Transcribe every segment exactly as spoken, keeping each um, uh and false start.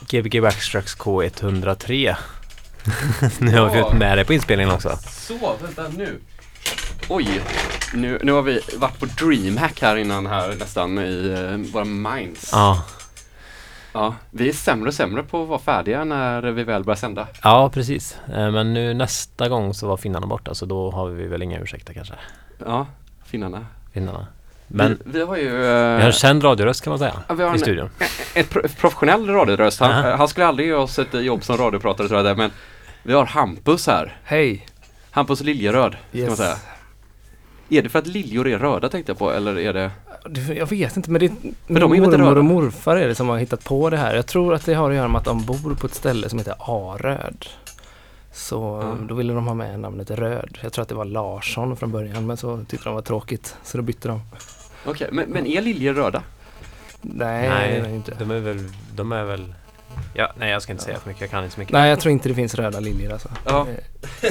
G B G Backtracks K etthundratre. Nu har vi fått med det på inspelningen också. Så, vänta nu. Oj, nu, nu har vi varit på DreamHack här innan här nästan i uh, våra minds. Ja. Ja, vi är sämre och sämre på att vara färdiga när vi väl börjar sända. Ja, precis. Men nu nästa gång så var finnarna borta, så då har vi väl inga ursäkter kanske. Ja, finnarna. Finnarna. Men vi, vi har ju... Uh, vi har en känd radioröst kan man säga, ja, vi har i en, studion. Ett pro- professionell radioröst. Han, Uh-huh. han skulle aldrig ge oss ett jobb som radiopratare tror jag det, men vi har Hampus här. Hej. Hampus Liljeröd, ska Yes. man säga. Är det för att liljor är röda tänkte jag på, eller är det... Jag vet inte, men det Men de är min inte mormor röda. och morfar är det som har hittat på det här. Jag tror att det har att göra med att de bor på ett ställe som heter Aröd. Så Ja. då ville de ha med namnet Röd. Jag tror att det var Larsson från början, men så tyckte de var tråkigt. Så då bytte de. Okej, okay, men, men är liljor röda? Nej, Nej, det är det inte. De är väl... De är väl... Ja, nej, jag ska inte säga för mycket. Jag kan inte så mycket. Nej, jag tror inte det finns röda liljor alltså. Ja. Eh,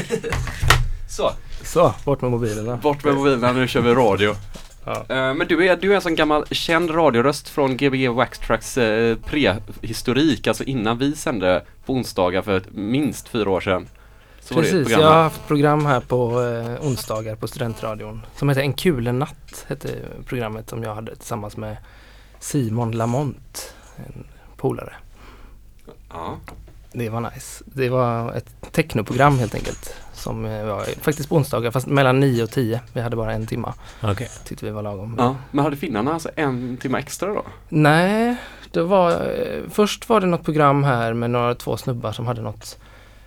Så, Så, bort med mobilerna. bort med mobilerna, nu kör vi radio. Ja. Uh, men du är, du är en sån gammal känd radioröst från G B G Backtracks uh, prehistorik, alltså innan vi sände på onsdagar för ett, minst fyra år sedan. Så var det ett Precis, program jag har här. haft program här på eh, onsdagar på Studentradion som heter En kulenatt, hette programmet som jag hade tillsammans med Simon Lamont, en polare. Ja. Det var nice. Det var ett technoprogram helt enkelt som eh, var faktiskt på onsdagar, fast mellan nio och tio. Vi hade bara en timma. Okej. Tyckte vi var lagom. Ja, men hade finnarna alltså en timme extra då? Nej, det var eh, först var det något program här med några två snubbar som hade något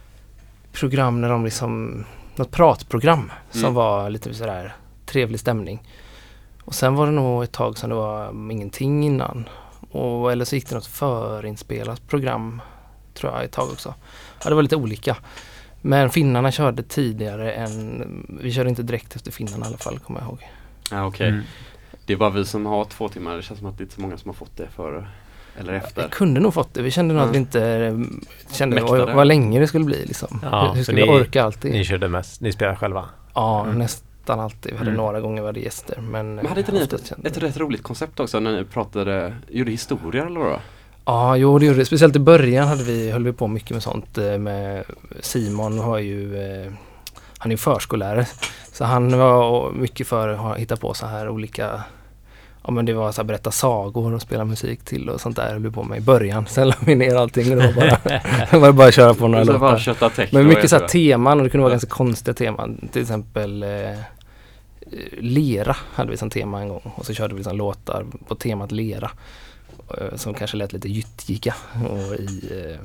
program när de liksom, något pratprogram som Mm. var lite sådär trevlig stämning. Och sen var det nog ett tag som det var ingenting innan. Och, eller så gick det något förinspelat program, tror jag, ett tag också. Ja, det var lite olika. Men finnarna körde tidigare än, vi körde inte direkt efter finnarna i alla fall, kommer jag ihåg. Ja, okej. Mm. Det är bara vi som har två timmar, det känns som att det är inte så många som har fått det före eller efter. Vi kunde nog fått det, vi kände nog Mm. att vi inte eh, kände Mäktade. vad, vad länge det skulle bli liksom. Ja, hur hur för skulle vi ni- orka alltid? Ni körde mest. Ni spelar själva. Ja, Mm. nästan alltid. Vi hade Mm. några gånger vi hade gäster. Men, Men hade inte ni oftast ett, kände- ett rätt roligt koncept också när ni pratade, gjorde historier eller vad? Ja, jo det gjorde det. Speciellt i början hade vi, höll vi på mycket med sånt eh, med Simon har ju, eh, han är ju förskollärare. Så han var mycket för att hitta på så här olika, ja men det var så här berätta sagor och spela musik till och sånt där höll vi på med i början. Sen la vi ner allting och det var bara, det var bara att köra på några Så bara låtar. kötta techno. Men mycket så här heter teman och det kunde vara ganska konstiga teman. Till exempel eh, lera hade vi som tema en gång och så körde vi liksom låtar på temat lera eh, som kanske lät lite gyttjiga och i, eh,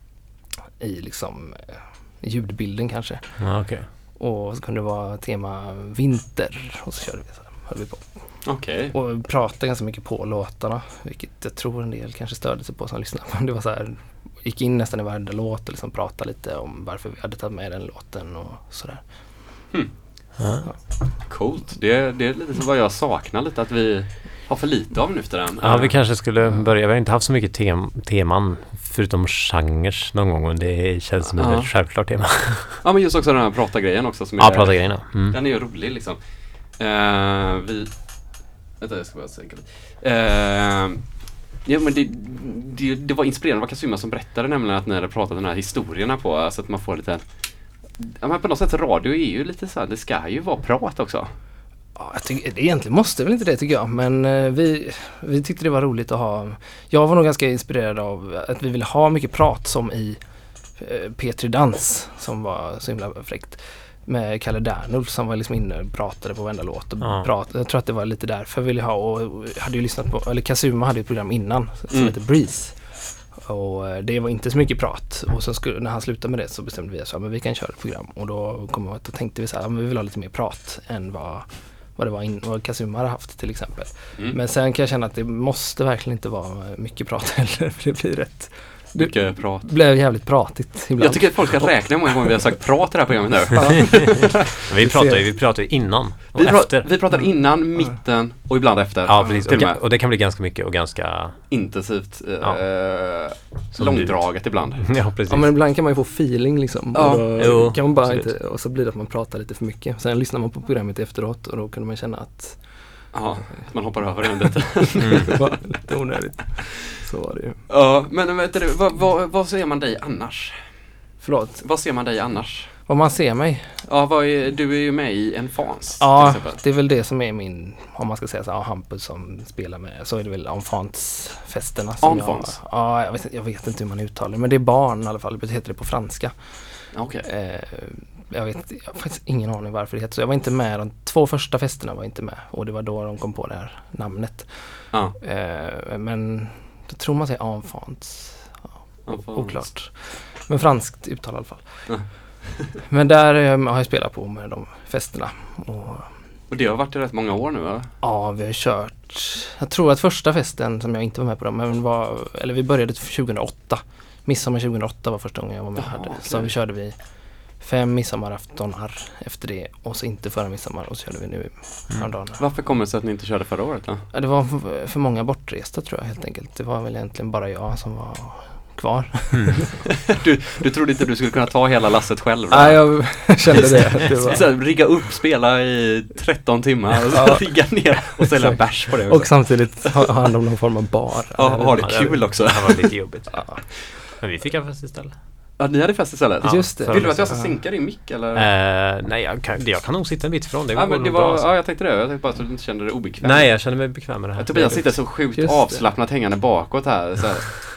i liksom eh, ljudbilden kanske. Ja, okej. Och så kunde det vara tema vinter och så körde vi så här, höll vi på. det. Okej. Och vi pratade ganska mycket på låtarna, vilket jag tror en del kanske störde sig på som lyssnade. Men det var så här, gick in nästan i varje låt och liksom pratade lite om varför vi hade tagit med den låten och sådär. Ja. Coolt. Det, det är lite som vad jag saknar lite att vi har för lite av nu efter den. Ja, vi kanske skulle börja. Vi har inte haft så mycket tem- teman förutom genrer någon gång. Och det känns som ett Ja. väldigt självklart tema. Ja, men just också den här prata-grejen också som Ja, är, prata grejerna. Mm. den är ju rolig liksom. Eh, vi... Vänta, jag ska bara sänka lite. Eh, ja, men det, det, det var inspirerande. Det var Kasuma som berättade nämligen att ni hade pratat de här historierna på, alltså att man får lite... Ja, men på något sätt radio är ju lite så här, det ska ju vara prat också. Ja, jag tycker, det egentligen måste väl inte det tycker jag, men eh, vi, vi tyckte det var roligt att ha. Jag var nog ganska inspirerad av att vi ville ha mycket prat som i eh, P tre Dans som var så himla fräckt. Med Kalle Dernulf som var liksom inne och pratade på varenda låt och Ja. pratade. Jag tror att det var lite därför vi ville ha, och jag hade ju lyssnat på, eller Kasuma hade ju ett program innan som Mm. heter Breeze. Och eh, det var inte så mycket prat. Och så skulle, när han slutade med det så bestämde vi oss att vi kan köra ett program. Och då, kom jag, då tänkte vi så här, ja, men vi vill ha lite mer prat än vad, vad det var in, vad Kasuma hade haft till exempel. Mm. Men sen kan jag känna att det måste verkligen inte vara mycket prat heller. För det blir rätt. Det Mycket prat. blev jävligt pratigt ibland. Jag tycker att folk ska räkna hur många gånger vi har sagt prat i det här programmet nu. Vi pratar ju vi pratar ju innan och Vi, pra- efter. vi pratar innan, mitten och ibland efter. Ja, precis. Till Och, och med ga- och det kan bli ganska mycket och ganska... intensivt, eh, Ja. Som långdraget ibland. Ja, precis. Ja, men ibland kan man ju få feeling liksom. Ja. Och, då Jo, kan man bara absolut. inte, och så blir det att man pratar lite för mycket. Sen lyssnar man på programmet efteråt och då kunde man känna att Ja, man hoppar över den lite. Mm. Det var lite onödigt. Så var det ju. Ja, men vet du, vad, vad, vad ser man dig annars? Förlåt. Vad ser man dig annars? Vad man ser mig? Ja, vad är, du är ju med i En Fans. Ja, det är väl det som är min, om man ska säga så här, Hampus som spelar med, så är det väl Enfants-festerna. Som Enfants? Jag, ja, jag vet, jag vet inte hur man uttalar det, men det är barn i alla fall, det heter det på franska. Okej. Okay. Eh, jag vet jag har faktiskt ingen aning varför det heter så. Jag var inte med, de två första festerna var inte med, och det var då de kom på det här namnet. Ja. Eh, men då tror man säger Enfants. Ja, Enfants. Oklart. Men franskt uttal i alla fall. Ja. Men där eh, har jag spelat på med de festerna. Och, och det har varit i rätt många år nu, va? ja, vi har kört. Jag tror att första festen som jag inte var med på dem, men var, eller vi började tjugohundraåtta. Midsommar tjugohundraåtta var första gången jag var med. Jaha, hade. okay. Så vi körde vi fem midsommaraftonar efter det, och så inte förra midsommar, och så körde vi nu häromdagen. Mm. Varför kommer det sig att ni inte körde förra året då? Ja, det var för, för många bortresta tror jag helt enkelt. Det var väl egentligen bara jag som var kvar. Mm. du, du trodde inte du skulle kunna ta hela lasset själv? Nej, ja, jag kände det. det var... så här, rigga upp, spela i tretton timmar och så ja. rigga ner och sälja bärs på det. Och samtidigt ha hand om någon form av bar. Ja, ha det ja, kul också. Det här var lite jobbigt. Ja. Men vi fick en fest istället. Ja, ni hade fest istället? Ja, just det. Vill du att jag ska sinka din mick eller? Uh, nej, jag kan, jag kan nog sitta en bit ifrån. Det ja, men det var, bra, ja, jag tänkte det. Jag tänkte bara att du inte kände dig obekväm. Nej, jag känner mig bekväm med det här. Tobias sitter så sjukt avslappnat hängande bakåt här. Så här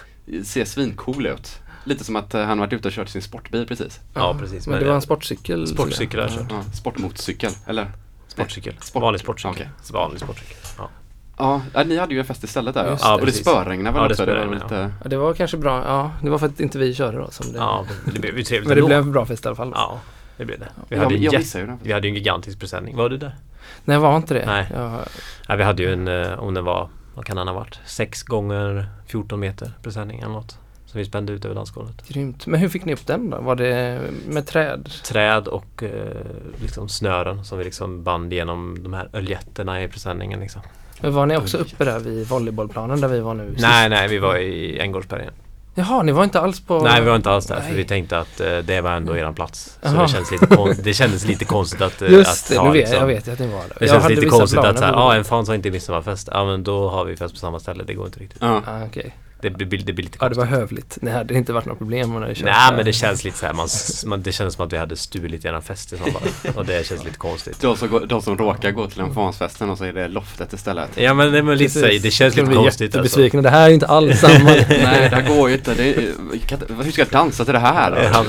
ser svincool ut. Lite som att han varit ute och kört sin sportbil precis. Ja, precis. Men, men det var en sportcykel. Sportcykel har jag kört. Ja, sportmotorcykel, eller? Sportcykel. Sport. Vanlig sportcykel. Okay. Vanlig sportcykel. Ja. Ja, ni hade ju en fest istället där. Just ja, det, och det spöregnade väl ja, också? Det, det, var lite... ja. ja, det var kanske bra. Ja, det var för att inte vi körde då. Som det... Ja, det blev ju trevligt. Men det blev en bra fest i alla fall. Ja, det blev det. Vi, ja, hade, jag jätt... ju det. vi hade ju en gigantisk presenning. Var du där? Nej, jag var inte det. Nej. Jag... Ja, vi hade ju en, om den var, vad kan den ha varit? sex gånger fjorton meter presenning eller något. Som vi spände ut över dansgolvet. Grymt. Men hur fick ni upp den då? Var det med träd? Träd och eh, liksom snören som vi liksom band genom de här öljetterna i presenningen liksom. Men var ni också uppe där vid volleybollplanen där vi var nu? Nej, sist? nej, vi var i Änggårdsbergen. Jaha, ni var inte alls på... Nej, vi var inte alls där. Nej. För vi tänkte att eh, det var ändå eran plats. Så Jaha. det känns lite kon- det kändes lite konstigt att eh, Just att det, ha, nu vet, liksom, jag vet ju att ni var där. det jag känns hade lite vissa konstigt planer att så här, på ja, det. en fan sa inte midsommarfest. Ja, men då har vi fest på samma ställe. Det går inte riktigt. Ja. Ah, okay. Det blir, det blir lite Ja, det konstigt. var hövligt. Det hade inte varit något problem när det känns. Nej, men det känns lite så här, man, man, det känns som att vi hade stulit eran fest i så fall. Och det känns lite konstigt. De som, går, de som råkar gå till en fansfesten och så är det loftet istället. Ja, men det, är lite, så här, det känns lite konstigt. Alltså. Det här är inte alls samma. Nej, det här går ju inte. Det är, kan, hur ska jag dansa till det här? Ja,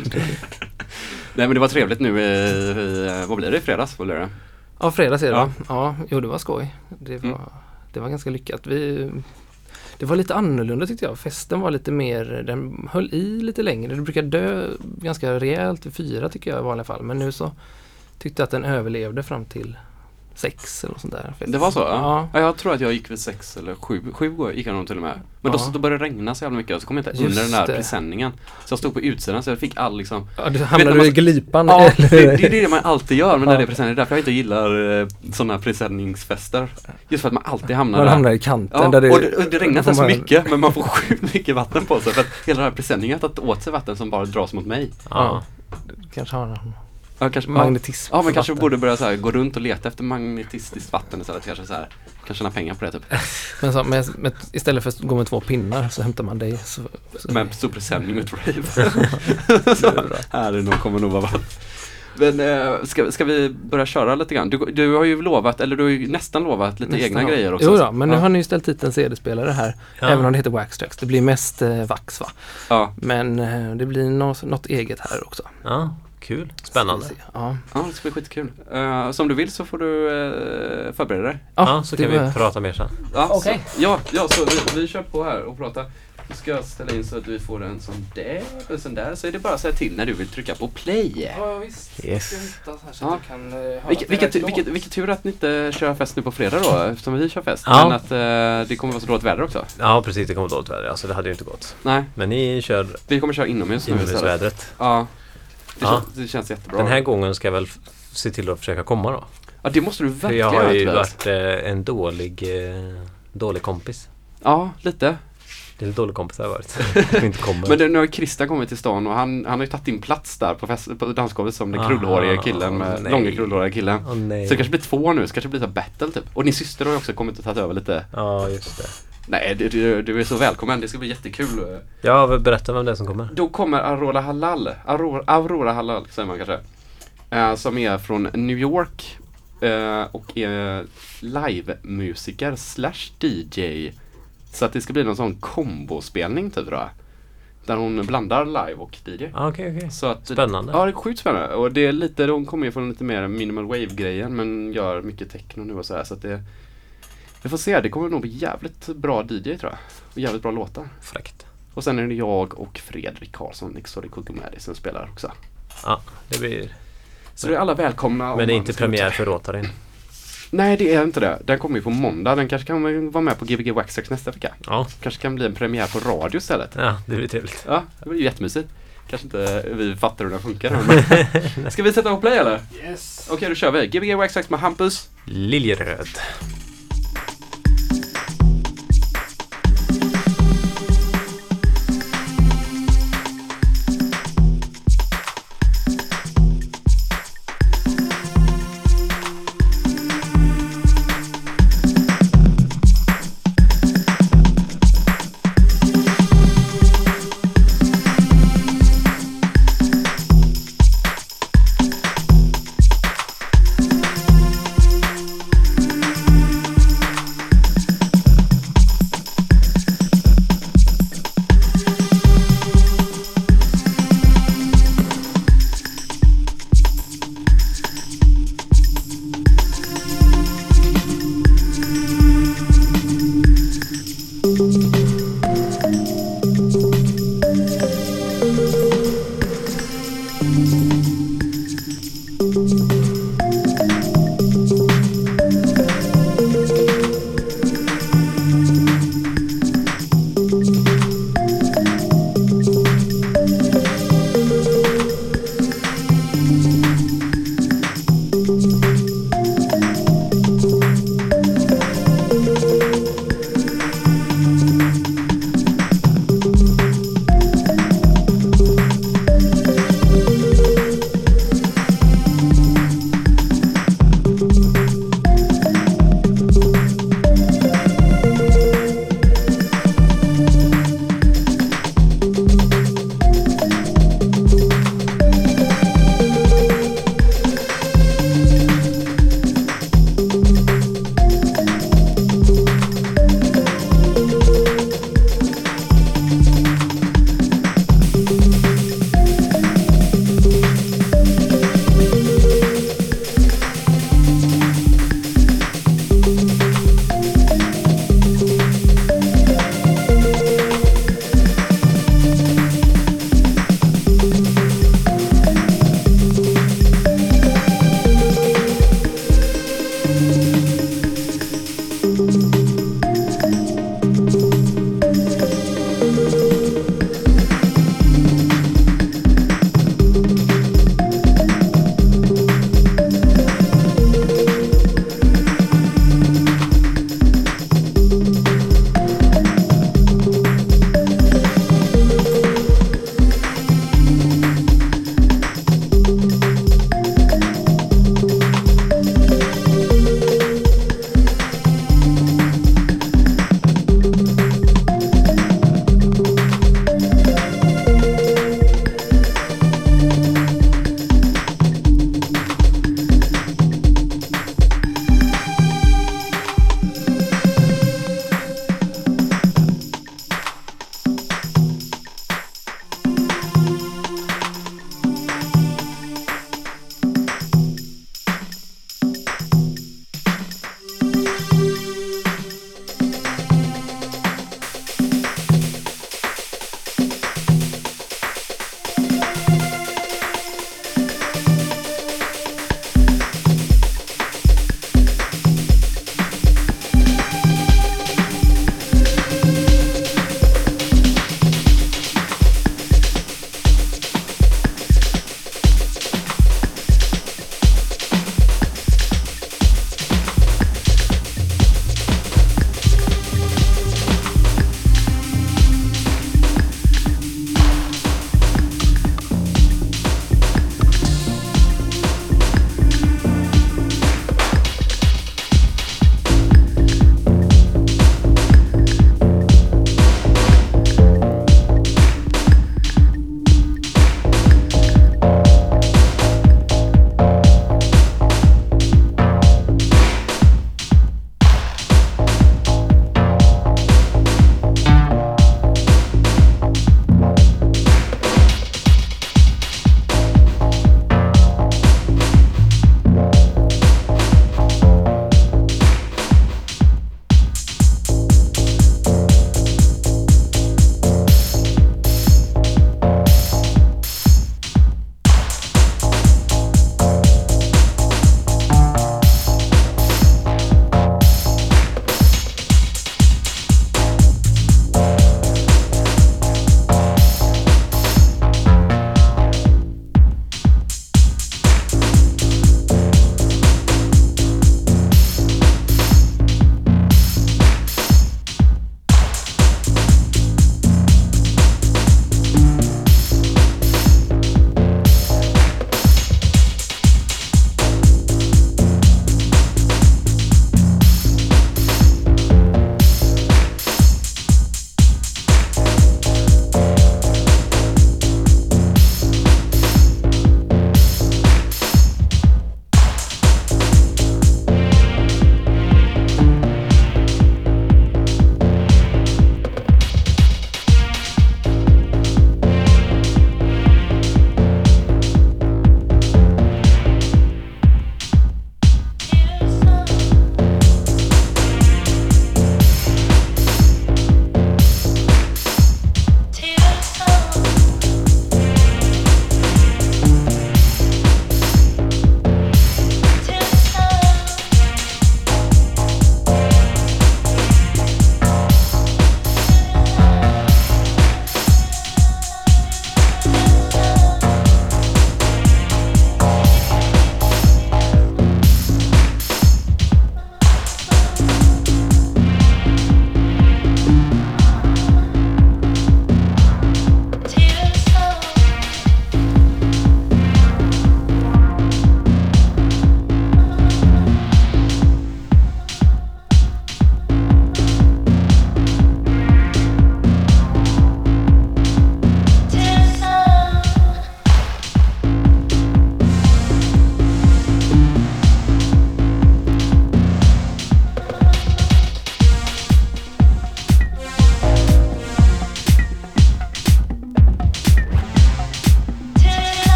nej, men det var trevligt nu i, i, vad blir det i fredags? Vad blir det? Ja, fredags är det. Ja. Ja, jo, det var skoj. Det var, Mm. det var ganska lyckat. Vi, det var lite annorlunda tyckte jag. Festen var lite mer, den höll i lite längre. Det brukar dö ganska rejält vid fyra tycker jag i vanliga fall. Men nu så tyckte jag att den överlevde fram till sex eller något sånt där. Det var så? Ja. Ja, jag tror att jag gick vid sex eller sju. Sju gick jag nog till och med. Men Ja. då, då började det regna så jävla mycket och så kom jag inte Just under den där det. presenningen. Så jag stod på utsidan så jag fick all liksom... Ja, du hamnade man- du i glipan? Ja, det, eller? det är det man alltid gör men när Ja. det är presenning. Det är därför jag inte gillar eh, sådana presenningsfester. Just för att man alltid hamnar Man där. hamnar i kanten. Ja, där det, och det, och det regnar inte får så man- mycket men man får sjukt mycket vatten på sig för att hela den här presenningen har tagit åt sig vatten som bara dras mot mig. Ja. Kanske har någon Ja, kanske, magnetism. ja men för kanske vatten. borde börja så här, gå runt och leta efter magnetistiskt vatten istället. Kanske så här, kanske tjäna pengar på det typ. Men så, med, med, istället för att gå med två pinnar så hämtar man dig. Så, så. Med en stor presenning med rave. Så, här är nog, kommer nog vara varmt. Men äh, ska, ska vi börja köra lite grann? Du, du har ju lovat, eller du har ju nästan lovat lite Nästan egna ja. grejer också. Jo då, men nu ja. har ni ju ställt hit en C D-spelare här. Ja. Även om det heter Wax Tracks. Det blir mest eh, Vax va? Ja. Men eh, det blir något, något eget här också. Ja, kul. Spännande. Ska vi se. Ja. Ja, det ska bli skitkul. Uh, som du vill så får du uh, förbereda dig. Ja, så det kan vi var- prata mer sen. Ja, Okej. så, ja, ja, så vi, vi kör på här och pratar. Nu ska jag ställa in så att vi får en sån där och en sån där. Så är det bara att säga till när du vill trycka på play. Ja visst. Yes. Ska hitta så här så Ja. att jag kan eh, höra Vilket, till vilket, rätt vilket, låt. vilket tur att ni inte kör fest nu på fredag då, eftersom vi kör fest. Ja. Men att uh, det kommer vara så dåligt väder också. Ja, precis. Det kommer dåligt väder. Alltså, det hade ju inte gått. Nej, Men ni kör vi kommer köra inomhus nu istället. inomhusvädret. Ja, det, Ja. Känns, det känns jättebra. Den här gången ska jag väl f- se till att försöka komma då. Ja, det måste du För verkligen jag har ju Tobias. varit eh, en dålig, eh, dålig kompis. Ja, lite. Det är lite dålig kompis har varit. Som inte kommer. Men det, nu har Christian kommit till stan och han, han har ju tagit din plats där på, fest, på dansgolvet som den krullhåriga killen med nej. långa krullhåriga killen. Oh, nej. Så det kanske blir två nu, så kanske det blir så battle typ. Och din syster har ju också kommit och tagit över lite. Ja, just det. Nej, du, du, du är så välkommen. Det ska bli jättekul. Ja, berätta vem det är som kommer. Då kommer Aurora Halal. Aurora, Aurora Halal säger man kanske. Eh, som är från New York. Eh, och är live-musiker slash D J. Så att det ska bli någon sån kombospelning typ tror jag. Där hon blandar live och D J. Ah, okej, okej. Så att, Spännande. Ja, det är sjukt spännande. Och det är lite, de kommer ju från lite mer minimal wave-grejen men gör mycket techno nu och så här. Så att det, vi får se, det kommer nog bli jävligt bra D J tror jag. Och jävligt bra låtar. Fräckt. Och sen är det jag och Fredrik Karlsson, Exotic Cookie Maddy, som spelar också. Ja, det blir... Så det är alla välkomna. Men det är inte premiär för Rotarin. Nej, det är inte det. Den kommer ju på måndag. Den kanske kan vara med på G B G Waxtrax nästa vecka. Ja. Kanske kan bli en premiär på radio istället. Ja, det blir trevligt. Ja, det blir ju jättemysigt. Kanske inte vi fattar hur det funkar. Men... Ska vi sätta ihop play eller? Yes. Okej, okay, då kör vi. G B G Waxtrax med Hampus. Liljeröd. Thank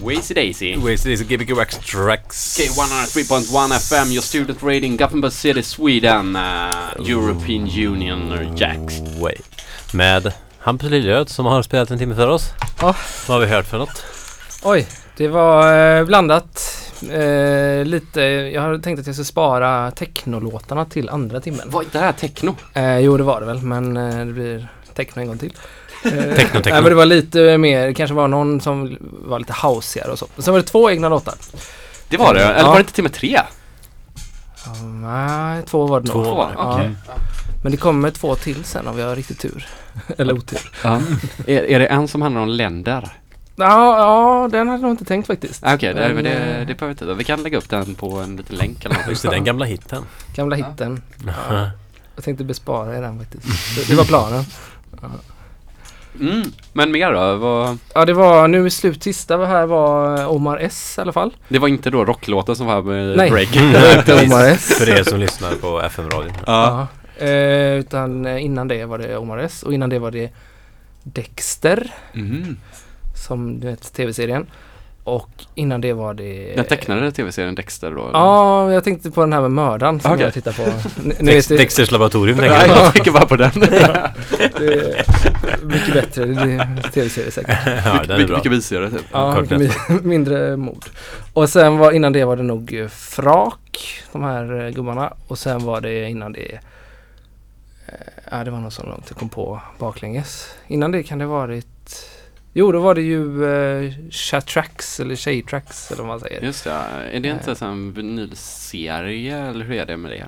Wazy Daisy. Wazy Daisy, Gbg Wax Tracks. K one oh three point one F M, your student rating, Gothenburg City, Sweden, uh, European Union, or Jacks. Way. Med Hampus Liljöd som har spelat en timme för oss. Ja. Vad har vi hört för något? Oj, det var eh, blandat. Eh, lite, jag hade tänkt att jag skulle spara technolåtarna till andra timmen. Vad är det här, techno? Eh, jo, det var det väl, men eh, det blir techno en gång till. Eh, Techno, techno. Nej, men det var lite mer, det kanske var någon som var lite houseigare och så. Sen var det två egna låtar. Det var det, eller Ja. var det inte timme tre? Ja, nej, två var det nog. Två var det, Ja. okej. Men det kommer två till sen om vi har riktigt tur. Eller otur. Ja. är, är det en som handlar om länder? Ja, ja, den hade jag nog inte tänkt faktiskt. Ah, Okej, okay, Men, det, det, eh, det behöver vi inte. Vi kan lägga upp den på en liten länk eller något. Just det, den gamla hitten. Gamla hitten. Ja. Jag tänkte bespara er den faktiskt. Det, det var planen. Ja. Mm. Men mer då? Vad... Ja, det var nu i slut sista var här var Omar S i alla fall. Det var inte då rocklåten som var med Nej. breaking. Det var inte Omar S. För er som lyssnar på F M-radion. Ja. Ja. Eh, utan innan det var det Omar S och innan det var det Dexter Mm. som du vet tv-serien. Och innan det var det... Den tecknade tv-serien Dexter då? eller? Ja, jag tänkte på den här med mördaren som Okej. jag tittar på. N- nu Dex, vet det, Dexters laboratorium. tänker Nej, jag. jag tänker bara på den. det är mycket bättre. Det är tv-serie säkert. Ja, den är Mycket, bra. mycket mysigare typ. Ja, Kort mycket mi- mindre mord. Och sen var innan det var det nog eh, Frak, de här eh, gubbarna. Och sen var det innan det eh, ja, det var något så långt jag kom på baklänges. Innan det kan det varit jo, då var det ju eh, Chatrax eller Shaytrax eller vad man säger. Just det, är det inte så en vinylserie eller hur är det med det?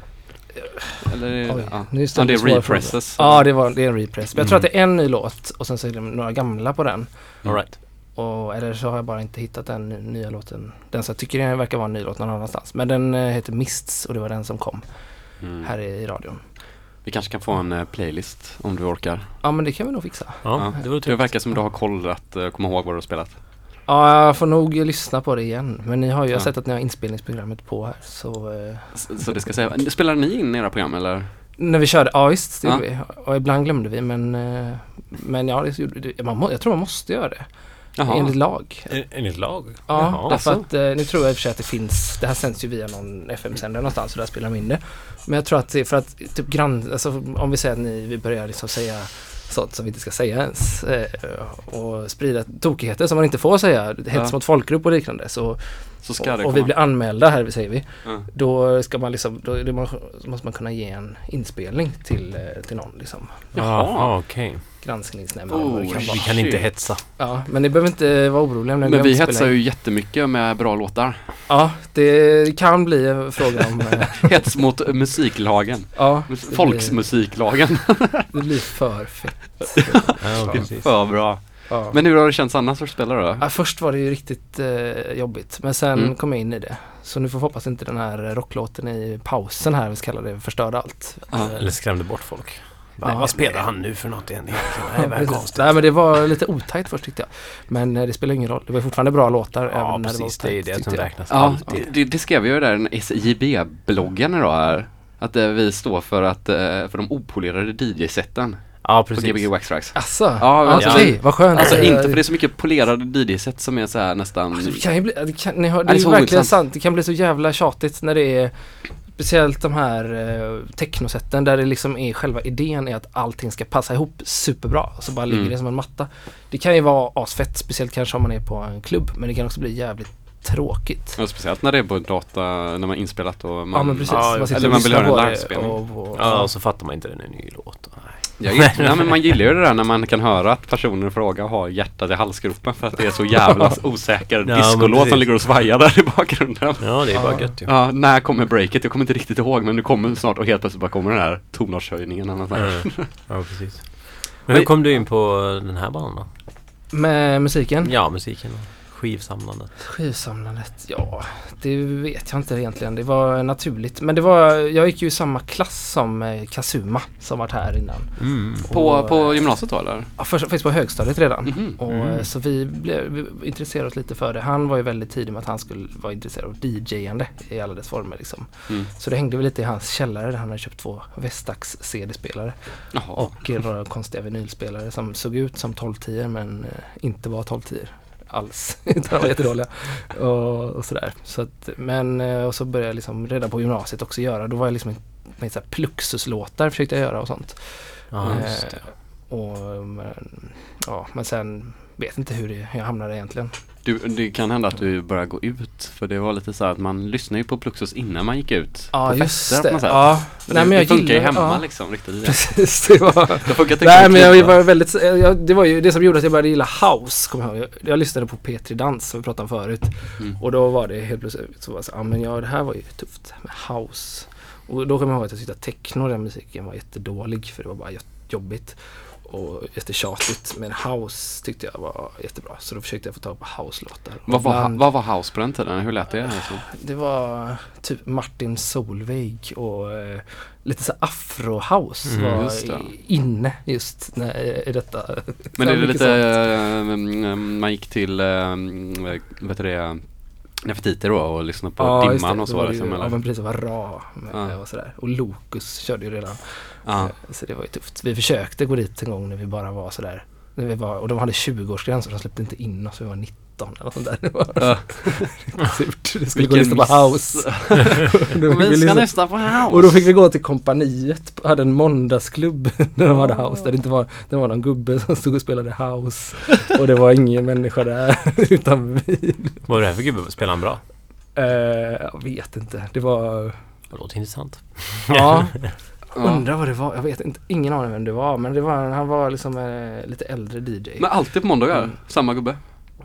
Eller, Oj, ja. nu Ja, ställer det är du svåra represses. frågor. Ja, det, var, det är en repress. Men jag tror Mm. att det är en ny låt och sen så är det några gamla på den. All right. Och, eller så har jag bara inte hittat den nya låten. Den som jag tycker den verkar vara en ny låt någon annanstans. Men den eh, heter Mists och det var den som kom Mm. här i, i radion. Vi kanske kan få en eh, playlist om du orkar. Ja, men det kan vi nog fixa. Ja, det vore Det trevligt. verkar som du har koll att uh, komma ihåg vad du har spelat. Ja, jag får nog lyssna på det igen. Men ni har ju Ja. sett att ni har inspelningsprogrammet på här. Så eh, S- Så det ska säga, spelar ni in era program eller? när vi körde, ja visst, det Ja. gjorde vi. Och ibland glömde vi, men, eh, men ja, det, gjorde- det, man må, jag tror man måste göra det. Jaha. Enligt lag. En- Enligt lag? Ja, Jaha. därför alltså. att eh, nu tror jag i och för sig att det finns, det här sänds ju via någon F M-sändare någonstans och där spelar de in det. Men jag tror att det är för att typ grann, alltså om vi säger att ni, vi börjar liksom säga sånt som vi inte ska säga ens eh, och sprida tokigheter som man inte får säga, hets Ja. mot folkgrupp och liknande så, Så ska det och, och komma. vi blir anmälda här, säger vi, Ja. då ska man liksom, då, är det man, så måste man kunna ge en inspelning till, eh, till någon liksom, Jaha, okej. granskningsnämnden. Oh, vad det kan Vi vara. kan inte Shit. hetsa. Ja, men ni behöver inte vara oroliga. när Men vi glömt hetsar spela in. ju jättemycket med bra låtar. Ja, det kan bli en fråga om... eh, Hets mot musiklagen. ja, det blir, Folksmusiklagen. det blir för fett. Ja, Det är precis. för bra. Ja. Men hur har det känts annars att spela då? Ja, först var det ju riktigt eh, jobbigt, men sen Mm. kom jag in i det. Så nu får vi hoppas inte den här rocklåten i pausen här, vi ska kalla det, förstörde allt. Ja. Eh, Eller skrämde bort folk. Ja. Nej, vad spelar han nu för något egentligen? Det är väl precis. konstigt. Nej, men det var lite otajt först tyckte jag. Men eh, det spelar ingen roll. Det var fortfarande bra låtar Ja, även när det var precis. Det är otajt, det tyckte som jag. räknas. Ja, Alltid. det, det skrev jag ju där i den S J B-bloggen idag här. Att eh, vi står för, att, eh, för de opolerade D J-sätten Ja, på precis. Gbg Wax Tracks. Asså? Ja, Okej, alltså- vad skönt. Alltså Eh, inte för det är så mycket polerade D J-set som är så här nästan... Alltså, det kan ju bli, det, kan, ni hör, det det är är ju så verkligen ointressant. sant. Det kan bli så jävla tjatigt när det är speciellt de här eh, technosätten där det liksom är själva idén är att allting ska passa ihop superbra. Och så bara ligger Mm. det som en matta. Det kan ju vara asfett, speciellt kanske om man är på en klubb. Men det kan också bli jävligt tråkigt. Ja, speciellt när det är på data, när man är inspelat och man... Ja, men precis. ja, man sitter eller och man vill lyssnar höra en på det livespelning. och, och, Ja, och så fattar man inte den är en ny låt. Nej. Jag gillar, ja, men man gillar ju det där när man kan höra att personen i fråga har hjärtat i halsgropen för att det är så jävla osäker Ja, men discolåt som precis. ligger och svajar där i bakgrunden. Ja, det är bara Ja. gött ju. Ja, när kommer breaket? Jag kommer inte riktigt ihåg, men det kommer snart och helt plötsligt bara kommer den här tonartshöjningen. eller något sånt där. Mm. Ja, precis. Men hur kom du in på den här banan då? med musiken. Ja, musiken och skivsamlandet. Skivsamlandet, ja, det vet jag inte egentligen. Det var naturligt. Men det var, jag gick ju i samma klass som eh, Kazuma som varit här innan. Mm. På, Och, på gymnasiet då eller? Ja, först, faktiskt på högstadiet redan. Mhm. Och, Mm. eh, Så vi, blev, vi intresserade oss lite för det. Han var ju väldigt tidig med att han skulle vara intresserad av DJande i alla dess former. Liksom. Mm. Så det hängde väl lite i hans källare där han hade köpt två Vestax C D-spelare. Jaha. Och några konstiga vinylspelare som såg ut som tolv tio men eh, inte var tolv tio. alls. Utan de var jättedåliga. Och, och sådär. Så att, men, och så började jag liksom redan på gymnasiet också göra. Då var jag liksom en, en sån här Pluxuslåtar försökte jag göra och sånt. Ja, just det. Eh, och, men, ja, men sen vet inte hur, det, hur jag hamnade egentligen. Du, det kan hända att du börjar gå ut, för det var lite så här att man lyssnar ju på Pluxus innan man gick ut Ja, på just fester det. på något sätt. Ja. Det, Nej, men jag det funkar ju gillar- hemma ja. liksom riktigt. Precis, det var... Det funkar inte Nej, men jag riktigt, var va? väldigt, jag, det var ju det som gjorde att jag började gilla house, kommer jag ihåg. Jag, jag lyssnade på P tre Dans som vi pratade om förut. Mm. Och då var det helt plötsligt så var det så, ja men ja, det här var ju tufft med house. Och då kommer jag ihåg att jag tyckte att techno, den musiken var jättedålig för det var bara jobbigt och jättetjatigt. Men house tyckte jag var jättebra, så då försökte jag få tag på house-låtar. Vad var, Ibland- vad var house på den tiden? Hur lät det? Alltså? Det var typ Martin Solveig och eh, lite så afro-house Mm, var just det. i- inne just när, i detta. Men är det mycket lite, sånt. äh, man gick till, äh, vet du det, Nefertiti då och lyssnade på Ja, just Dimman det. och så Det var var det ju, som, ja, eller? men precis, det var Ra med, Ja. och sådär. Och Locus körde ju redan. Ja. Eh, Så det var ju tufft. Vi försökte gå dit en gång när vi bara var sådär. När vi var, och de hade tjugo-årsgräns och de släppte inte in oss. Vi var nitton eller sånt där. Det var Ja. surt. Det skulle gå och Vilken lyssna på miss. house. Och då fick vi Vi ska lyssna- nästan på house! Och då fick vi gå till kompaniet, hade en måndagsklubb där de hade house, där det inte var, det var någon gubbe som stod och spelade house och det var ingen människa där utan vi. Vad var det här för gubbe? Spelar han bra? Eh, jag vet inte, det var, Det låter intressant. ja, Ja. undrar vad det var, jag vet inte, ingen aning vem det var, men det var, han var liksom eh, lite äldre D J. Men alltid på måndagar, Mm. samma gubbe.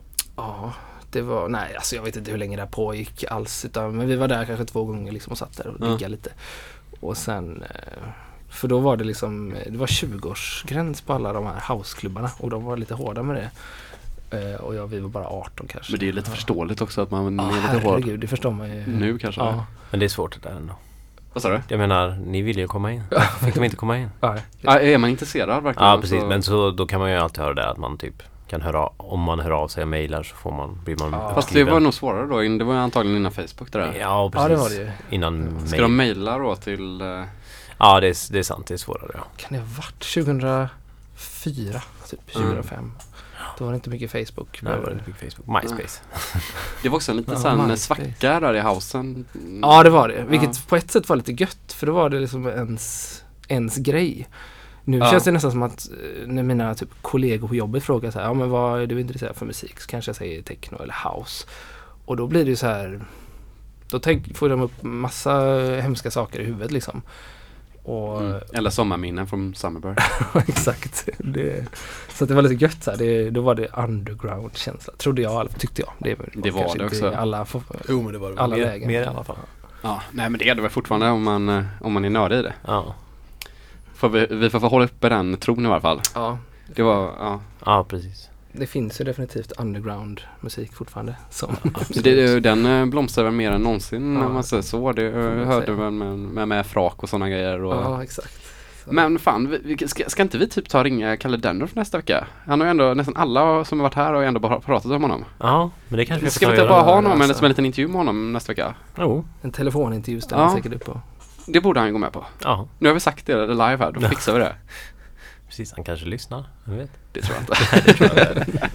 Ja, det var, nej alltså jag vet inte hur länge det här pågick alls, utan, men vi var där kanske två gånger liksom och satt där och Ja. diggade lite. Och sen, eh, för då var det liksom, det var tjugo-årsgräns på alla de här houseklubbarna och de var lite hårda med det. Eh, och jag, vi var bara arton kanske. Men det är lite Ja. förståeligt också att man Ja, är lite hård. herregud, det förstår man ju. Nu kanske. Ja, Men det är svårt det där ändå. Vad sa du? Jag menar, ni ville ju komma in. Fick de inte komma in? ja. Ja, är man intresserad verkligen? Ja, precis. så- Men så, då kan man ju alltid höra det att man typ kan höra, om man hör av sig och mejlar så får man, blir man Ja. Fast det uppskriven. var nog svårare då, in- det var antagligen innan Facebook det där. Ja, precis. Ja, det var det ju. Innan Ska mail. de mejla då till... eh, Ja, det är, det är sant. Det är svårare. Ja. Kan det ha varit tjugohundrafyra, typ tjugohundrafem? Då var det inte mycket Facebook. Nej, det var inte mycket Facebook. MySpace. Det var också en liten Ja, sån MySpace. svacka där i housen. Mm. Ja, det var det. Vilket Ja. på ett sätt var lite gött, för då var det liksom ens, ens grej. Nu Ja. känns det nästan som att eh, när mina typ, kollegor på jobbet frågar så här, ja men vad är du intresserad för musik? Så kanske jag säger techno eller house. Och då blir det ju så här, då tänk, får de upp massa hemska saker i huvudet liksom. Och Mm. Eller sommarminnen från Summerburn. exakt. Det, så att det var lite gött så här. Det, då var det underground-känsla. Trodde jag, eller tyckte jag. Det, Det var kanske det inte också. i Alla, får- Jo, men det var det. alla mer, lägen. mer i alla fall. Ja, nej men det är det väl fortfarande om man, eh, om man är nördig i det. Ja, Får vi, vi får hålla uppe den tron i alla fall. Ja, Det var, ja. ja precis. det finns ju definitivt underground-musik fortfarande. Som, Så det, det, den eh, blomstrar väl mer än någonsin Ja. när man säger så. Det man eh, hörde säga. väl med, med, med frak och sådana grejer. Och, ja, exakt. Så. Men fan, vi, vi, ska, ska inte vi typ ta och ringa Kalle Dendorf nästa vecka? Han har ju ändå, nästan alla som har varit här har ju ändå bara pratat om honom. Ja, men det kanske vi Ska vi får inte göra. bara ha honom alltså. eller som en liten intervju med honom nästa vecka? Jo, En telefonintervju ställer Ja. ja. säkert upp på. Det borde han gå med på. ja, Nu har vi sagt det live här, då Ja. fixar vi det. precis. Han kanske lyssnar. Jag vet. Det tror jag inte.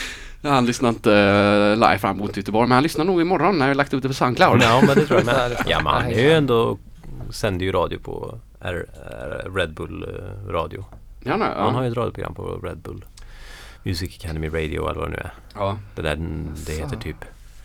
Han lyssnar inte eh, live fram mot Göteborg, men han lyssnar nog imorgon när jag har lagt ut det på SoundCloud. Ja, men det tror jag Nej, med. det får- Ja, men han nej, är ju ja. ändå, sänder ju radio på R, R, Red Bull eh, radio. Ja, nej, Han har ja. ju ett radioprogram på Red Bull Music Academy Radio eller vad det nu är. ja. Det där, mm, det Så. heter typ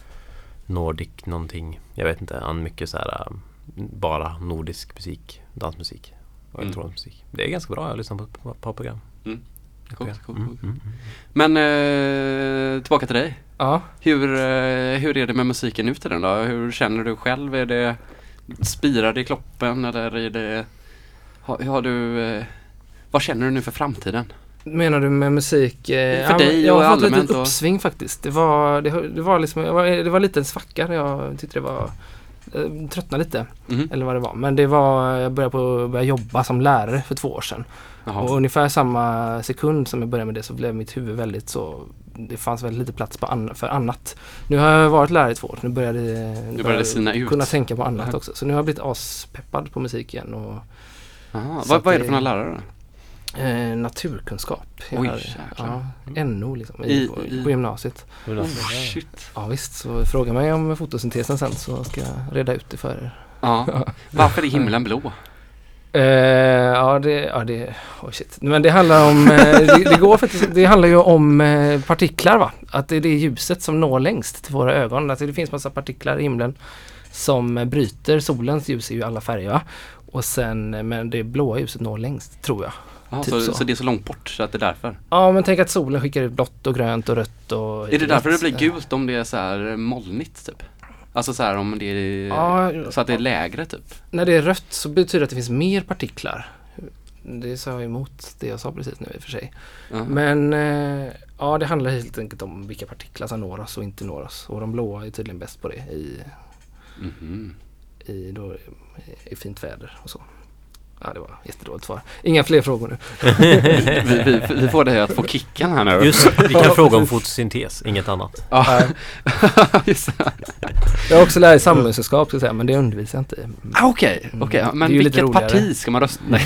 Nordic någonting. Jag vet inte, han mycket så här um, bara nordisk musik, dansmusik och Mm. elektronisk musik. Det är ganska bra, jag lyssnar på på, på program. Mm. Coolt, coolt, Mm, coolt. mm, mm. Men eh, tillbaka till dig. Ja. Hur, eh, hur är det med musiken nu till den då? Hur känner du själv? Är det spirar det i kroppen eller är det har, har du eh, vad känner du nu för framtiden? Menar du med musik? Eh, För ja, dig men jag och har fått allmänt lite och- uppsving faktiskt. Det var, det, det var liksom, jag var, det var lite en svacka. Jag tyckte det var, eh, tröttnade lite. Mhm. Eller vad det var. Men det var, jag började på började jobba som lärare för två år sedan. Jaha. Och ungefär samma sekund som jag började med det så blev mitt huvud väldigt så, det fanns väldigt lite plats på an, för annat. Nu har jag varit lärare i två år, nu började Nu började det sina ut. kunna tänka på annat Ja. också. Så nu har jag blivit aspeppad på musik igen. Och, Aha. så Vad, att vad är det det- för några lärare? Eh, naturkunskap. Jag Oj, har, jäklar. ja, N O liksom, i, I- på, i- på gymnasiet. Oh, shit. Ja visst, så fråga mig om fotosyntesen sen så ska jag reda ut det för er. Ja. Varför är himlen blå? Eh, ja, det, ja det, oh shit. Men det handlar om, eh, det, det går faktiskt, det handlar ju om eh, partiklar va? Att det är det ljuset som når längst till våra ögon. Alltså det finns massa partiklar i himlen som eh, bryter solens ljus i ju alla färger va? Och sen, eh, men det blåa ljuset når längst tror jag. Ja, Typ så, så. så det är så långt bort så att det är därför. Ja men tänk att solen skickar ut blått och grönt och rött och... Är det därför det blir gult om det är så här molnigt typ? Alltså så här om det är, Ja, så att det är lägre typ? när det är rött så betyder det att det finns mer partiklar. Det sa jag emot det jag sa precis nu i och för sig. Ja. Men eh, ja, det handlar helt enkelt om vilka partiklar som når oss och inte når oss. Och de blåa är tydligen bäst på det i, Mhm. i, då, i fint väder och så. Ja, det var jättedåligt svar. Inga fler frågor nu. vi, vi, vi får dig att få kicken här nu. Just, vi kan fråga om fotosyntes, inget annat. Ja. Just det. Jag har också lärt samhällskunskap ska jag säga, men det undervisar jag inte i. Ah, Okej, okej. Mm. Men Det är ju lite vilket roligare. parti ska man rösta? Nej,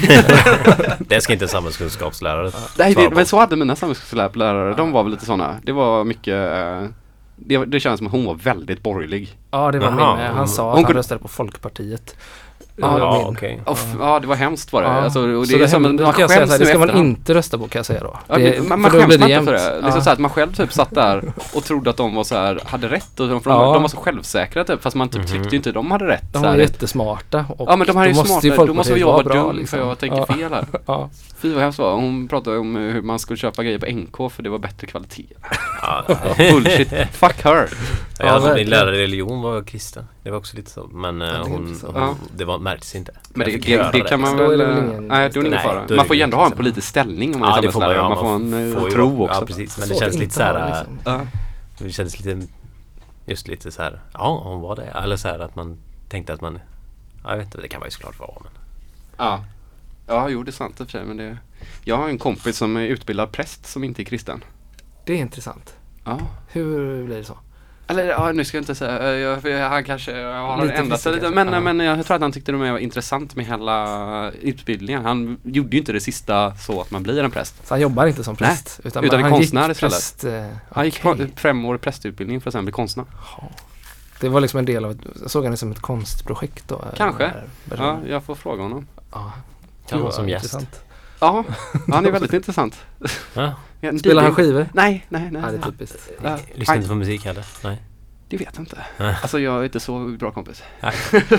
Det ska inte samhällskunskapslärare Nej svara det, på. men så hade mina samhällskunskapslärare. De var väl lite sådana. Det var mycket... eh, Det, det känns som att hon var väldigt borgerlig. Ja, det var Jaha. min. Han sa Hon att han kunde- röstade på Folkpartiet. Det Ja, var ja, min. okej. Oh, ja, det var hemskt var det. Ja. Alltså, och Så det är det, som hem, en, då man kan jag säga så här, skäms det nu ska man efterhand. inte rösta på kan jag säga då. Ja, Det, man man för då skäms blir man det inte för jämnt. det. Liksom Ja. så här att man själv typ satt där och trodde att de var så här, hade rätt. Och de, för de, Ja. de var så självsäkra typ. Fast man typ Mhm. tyckte ju inte de hade rätt. De så var här. jättesmarta. Och Ja men de här är ju då måste smarta. ju Då måste Folkpartiet jag vara bra, dum liksom. för jag tänker Ja. fel här. Ja. Fy vad hemskt var. Hon pratade om eh, hur man skulle köpa grejer på N K för det var bättre kvalitet. Ja. Bullshit. Fuck her. Ja, alltså, min verkligen. lärare i religion var kristen. Det var också lite så. Men eh, Ja, det är hon, inte så. hon, Ja. det var, märktes inte. Men det, Jag fick det, göra det kan man Då är väl... det väl eh, ingen- Nej, då är det ingen Nej, fara. då är Man det får ju ingen ändå ha en liksom. politisk ställning om man är Ja, det får man ju. samhällslärare. Man Man får en eh, får ju tro vara- också. Ja, precis. Men det Svårt känns att lite inte så här... ha, äh, liksom. Ja. Det känns lite... Just lite så här... Ja, hon var det. Eller så här att man tänkte att man... Ja, jag vet inte, det kan man ju såklart vara. Men... Ja. Ja, jo det är sant i och för sig. Men det... Jag har en kompis som är utbildad präst som inte är kristen. Det är intressant. Ja. Hur blir det så? Eller ja, nu ska jag inte säga, eh, jag, för han kanske har Lite ändrat sig fiskig lite, kanske. men, Ja. men jag tror att han tyckte det var intressant med hela utbildningen. Han gjorde ju inte det sista så att man blir en präst. Så han jobbar inte som Nej, präst? utan men en han konstnär gick istället. Präst, eh, Han gick okej. på femårig prästutbildning för att sen bli konstnär. Jaha. Det var liksom en del av ett, jag såg han det som ett konstprojekt då? Kanske. den här Ja, personen. jag får fråga honom. Ja. Kan Det vara var som gäst. intressant. Ja, han är väldigt intressant. Ja. Ja, en Spelar han D J. skivor? Nej, nej, nej. Ja, det är nej. typiskt. Ja, Lyssnar han- inte på musik heller? Nej. Det vet jag inte. Nej. Alltså jag är inte så bra kompis. Nej.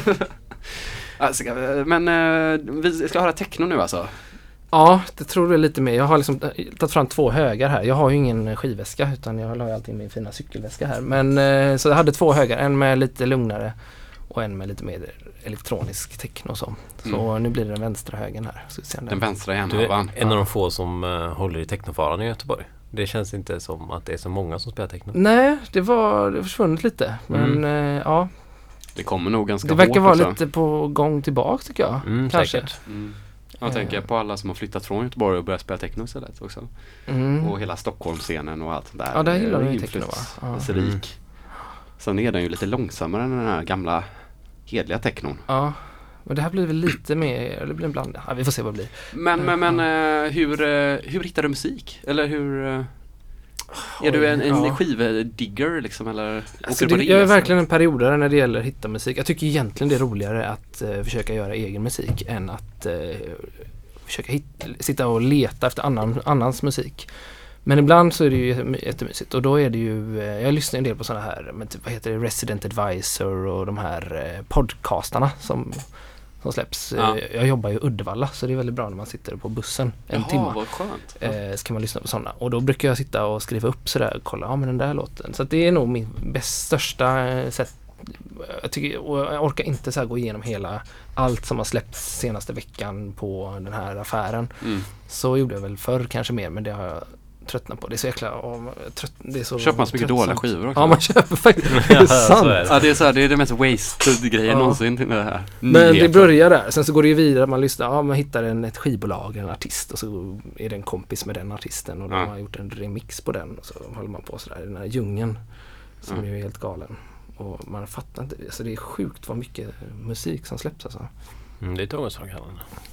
Alltså, men eh, vi ska höra techno nu alltså. Ja, det tror jag lite mer. Jag har liksom tagit fram två högar här. Jag har ju ingen skivväska utan jag har alltid min fina cykelväska här. Men eh, så jag hade två högar, en med lite lugnare och en med lite mer elektronisk techno och så. Så Mm. nu blir det den vänstra högen här. Så vi ser om Den vänstra Du är hjärnhalvan. en av de få som uh, håller i technofaran i Göteborg. Det känns inte som att det är så många som spelar techno. Nej, det var det har försvunnit lite. Men Mm. eh, ja, Det kommer nog ganska det verkar hårt vara också. lite på gång tillbaka tycker jag. Mm, Kanske. säkert. Mm. Jag Eh. tänker på alla som har flyttat från Göteborg och börjat spela techno istället också. Mm. Och hela Stockholmsscenen och allt sånt där. Ja, där gillar är de ju techno, va? Ja. inflytelserik. Mm. Sen är den ju lite långsammare än den här gamla hedliga technon. Ja, men det här blir väl lite mer, eller det blir en blandning. Ja, vi får se vad det blir. Men, men, men eh, hur, eh, hur hittar du musik? Eller hur... eh, Är du en, en Ja. skivdigger liksom eller Alltså åker du det, på jag är resor? verkligen en periodare när det gäller att hitta musik. Jag tycker egentligen det är roligare att eh, försöka göra egen musik än att eh, försöka hit, sitta och leta efter annan, annans musik. Men ibland så är det ju jätte- jättemysigt och då är det ju, eh, jag lyssnar en del på sådana här, men typ, vad heter det, Resident Advisor och de här eh, podcastarna som, som släpps. Ja. Eh, jag jobbar ju i Uddevalla så det är väldigt bra när man sitter på bussen en Jaha, timme. vad skönt. Eh, så kan man lyssna på sådana. Och då brukar jag sitta och skriva upp sådär och kolla, ja men den där låten. Så att det är nog min bäst största eh, sätt. Jag, tycker, och jag orkar inte så här gå igenom hela allt som har släppts senaste veckan på den här affären. Mm. Så gjorde jag väl förr kanske mer, men det har jag tröttnat på. Det är så jäkla... åh, trött, det är så Köper man så mycket tröttsamt. dåliga skivor också? Ja, man köper faktiskt. Det är Ja, så sant. är det. Ja, det är så här, det är det mest wasted grejen Ja. någonsin till det här. Men det Nyheter. börjar där. Sen så går det ju vidare. Man lyssnar, ja man hittar en, ett skivbolag, en artist och så är det en kompis med den artisten och de Ja. har gjort en remix på den och så håller man på sådär i den här djungeln som Ja. ju är helt galen. Och man fattar inte, alltså det är sjukt vad mycket musik som släpps alltså. Mm, det är ett ångestframkallande.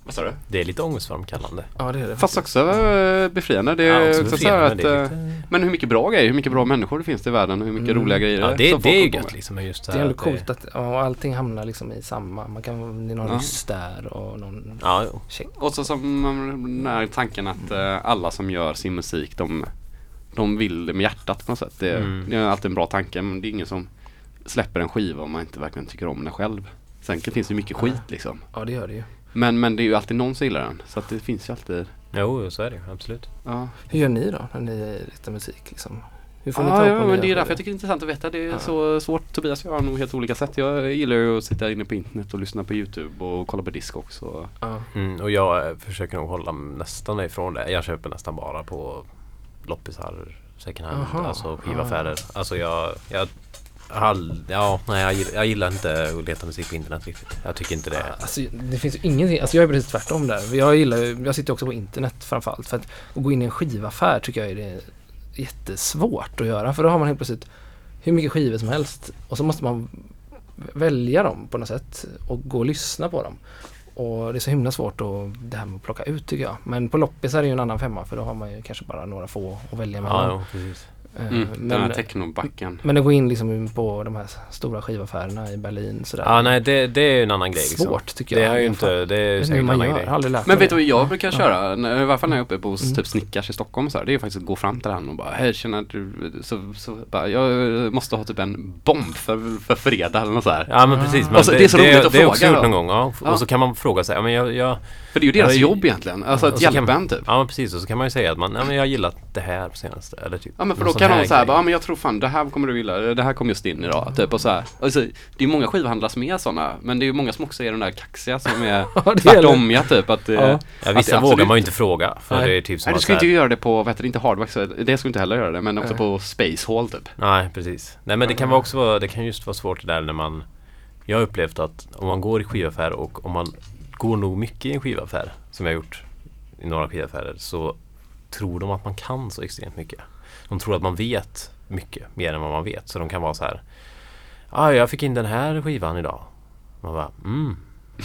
Vad sa du? Det är lite ångestframkallande. Ja, det är det. Fast också äh, befriande. Det är Ja, också också så befriande, här men att, det är äh, lite- men hur mycket bra grejer, hur mycket bra människor det finns det i världen och hur mycket Mm. roliga grejer Ja, som det, folk det är ju håller på gött med. liksom. men Just Det är ändå att coolt att ja, allting hamnar liksom i samma. Man kan, det är någon Ja. ryss där och någon Ja, jo. tjeck. Och så som mm, den här tanken att äh, alla som gör sin musik, de, de vill det med hjärtat på något sätt. Det, Mm. det är alltid en bra tanke, men det är ingen som släpper en skiva om man inte verkligen tycker om den själv. Sen finns det mycket skit liksom. Ja, det gör det ju. Men, men det är ju alltid någon som gillar den. Så att det finns ju alltid. Jo, så är det ju. Absolut. Ja, Hur gör ni då när ni ritar musik liksom? Hur får ni ja, tag ja på men nya det är därför skivor? jag tycker det är intressant att veta. Det är Ja. så svårt. Tobias och jag har nog helt olika sätt. Jag gillar ju att sitta inne på internet och lyssna på YouTube och kolla på disk också. Ja. Mm, och jag eh, försöker nog hålla nästan ifrån det. Jag köper nästan bara på loppisar, second hand, Jaha. alltså skivaffärer. Alltså jag, jag, all, ja, nej, jag, gillar, jag gillar inte att leta musik på internet riktigt. Jag tycker inte det. Alltså, det finns ju ingenting, alltså jag är precis tvärtom där. Jag gillar ju- jag sitter också på internet framförallt för att, att gå in i en skivaffär tycker jag är det jättesvårt att göra för då har man helt plötsligt hur mycket skivor som helst och så måste man välja dem på något sätt och gå och lyssna på dem. Och det är så himla svårt att, det här med att plocka ut tycker jag. Men på loppis är det ju en annan femma för då har man ju kanske bara några få att välja mellan. Ja, jo, precis. Eh, Mm, den här men, technobacken. men att gå in liksom på de här stora skivaffärerna i Berlin sådär. Ja, nej, det, det är ju en annan grej. Liksom. Svårt tycker Det jag. har ju i alla inte, fall. det är Jag ju vet inte säkert hur en man annan gör. grej. Jag har aldrig lärt Men mig vet du vad det. jag brukar Ja. köra? När- I varje fall när jag är uppe på Mm. typ Snickars i Stockholm så här, det är ju faktiskt att gå fram till den och bara hej känner du så, så bara, jag måste ha typ en bomb för, för fredag eller något så här. Ja, men precis. Men Alltså, det är så roligt att det är också fråga gjort då. någon gång. Ja. Ja. Och så kan man fråga sig, ja, men jag, jag, För det är ju deras Ja, jobb egentligen. Alltså och att så kan hjälpa man- en typ. ja, men precis. Och så kan man ju säga att man, ja, men jag har gillat det här på senaste. Eller typ. Ja men för någon då sån kan här någon säga, grej. ja men jag tror fan det här kommer du gilla, det här kom just in idag, typ och så här. Alltså, det är många skivhandlare som är sådana, men det är ju många som också är de där kaxiga som är Ja, det är tvärtom ja, typ att, Ja. ja. Ja, att vissa det vågar absolut- man ju inte fråga. För Nej. det är typ som Nej, du att ska så inte här, göra det på, vad heter det, inte Hardwax, det ska du inte heller göra det, men också Nej. på Space Hall typ. nej, precis. Nej, men det kan vara också vara, det kan just vara svårt det där när man, jag har upplevt att om man går i skivaffär och om man går nog mycket i en skivaffär, som jag har gjort i några skivaffärer, så tror de att man kan så extremt mycket. De tror att man vet mycket mer än vad man vet. Så de kan vara så här, ah, jag fick in den här skivan idag. Man bara, mm, mm.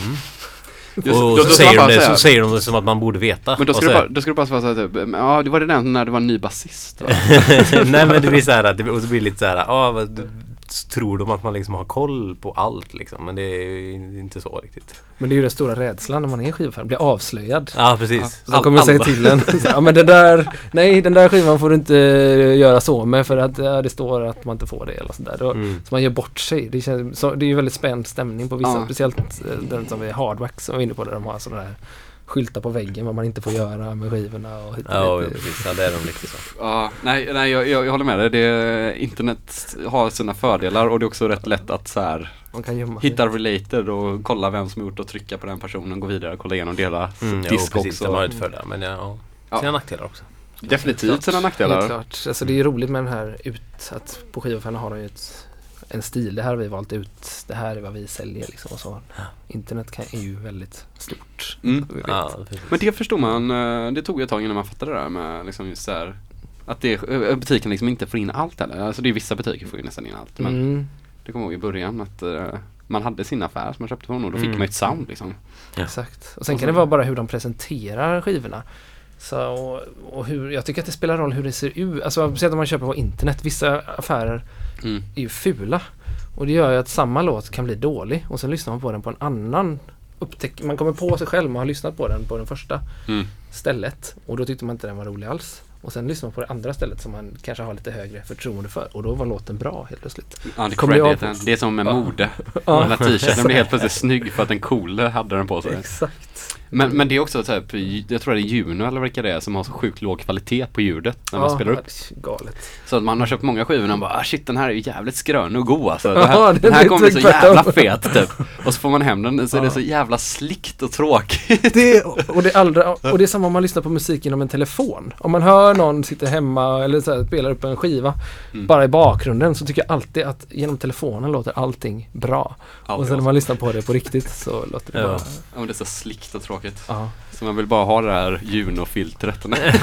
Just- Och då- så, då ska säger man de bara det, säga- så säger de det som att man borde veta. Men då Och ska, du så- bara, då ska du bara säga typ, ja det var det den när det var en ny basist. va? Nej, men det blir så här att det, och så blir det lite så här, ah, vad, du, tror de att man liksom har koll på allt liksom, men det är ju inte så riktigt. Men det är ju den stora rädslan när man är i skivaffär, bli avslöjad. Ja, precis. Så de kommer säga till en, så, ja men den där, nej den där skivan får du inte göra så med för att ja, det står att man inte får det eller sådär. Då, Mm. Så man gör bort sig. Det, känns, så, det är ju väldigt spänd stämning på vissa, Ja. speciellt eh, den som är Hardwax som är inne på där de har sådana här skyltar på väggen vad man inte får göra med skivorna och hit och Ja, dit. precis. Ja, det är de lite så. Ja, nej, nej jag, jag, jag håller med dig. Det, internet har sina fördelar och det är också rätt lätt att så här, Man kan gömma sig. hitta related och kolla vem som gjort och trycka på den personen, gå vidare och kolla igenom deras Mm, jo, disk precis. De också. har ett fördelar, men ja, Ja. sina nackdelar också. Definitivt sina Helt nackdelar. klart. Alltså det är ju roligt med den här ut, att på skivaffärerna har de ju ett, en stil. Det här har vi valt ut. Det här är vad vi säljer liksom och så. Internet kan, är ju väldigt stort. Mm. Vi vet. Ja, precis. Men det förstod man, eh, det tog ett tag innan man fattade det där med liksom just så här, att det, eh, butiken liksom inte får in allt heller. Alltså det är vissa butiker får ju nästan in allt. Men Mm. det kommer ihåg i början att eh, man hade sin affär som man köpte från och då fick Mm. man ett sound liksom. Ja. Exakt. Och sen Och kan så- det vara bara hur de presenterar skivorna. Så, och, och hur, jag tycker att det spelar roll hur det ser ut. Alltså speciellt om man köper på internet. Vissa affärer Mm. är ju fula. Och det gör ju att samma låt kan bli dålig. Och sen lyssnar man på den på en annan upptäck. Man kommer på sig själv. Man har lyssnat på den på den första Mm. stället. Och då tyckte man inte den var rolig alls. Och sen lyssnar man på det andra stället som man kanske har lite högre förtroende för. Och då var låten bra helt plötsligt. Ja, det, Kommer jag crediten. Det är som med Ja. mode. Ja. Den här t-shirten blir helt plötsligt snygg för att en cool hade den på sig. Exakt. Men, men det är också typ, jag tror det är Juno eller vilka det är som har så sjukt låg kvalitet på ljudet när man Ja, spelar upp. galet. Så att man har köpt många skivor och man bara, ah, shit den här är ju jävligt skrön och god alltså. Ja, Det här, det den här är kommer bli så tvärtom. jävla fet typ. Och så får man hem den så är det Ja. så jävla slickt och tråkigt. Det, och, det allra, och det är samma om man lyssnar på musik genom en telefon. Om man hör någon sitta hemma eller så här, spelar upp en skiva Mm. bara i bakgrunden så tycker jag alltid att genom telefonen låter allting bra. Alltid och sen när bra. man lyssnar på det på riktigt så låter det Ja. bara... Ja men det är så slickt och tråkigt. Ja. Så man vill bara ha det här Juno-filtret.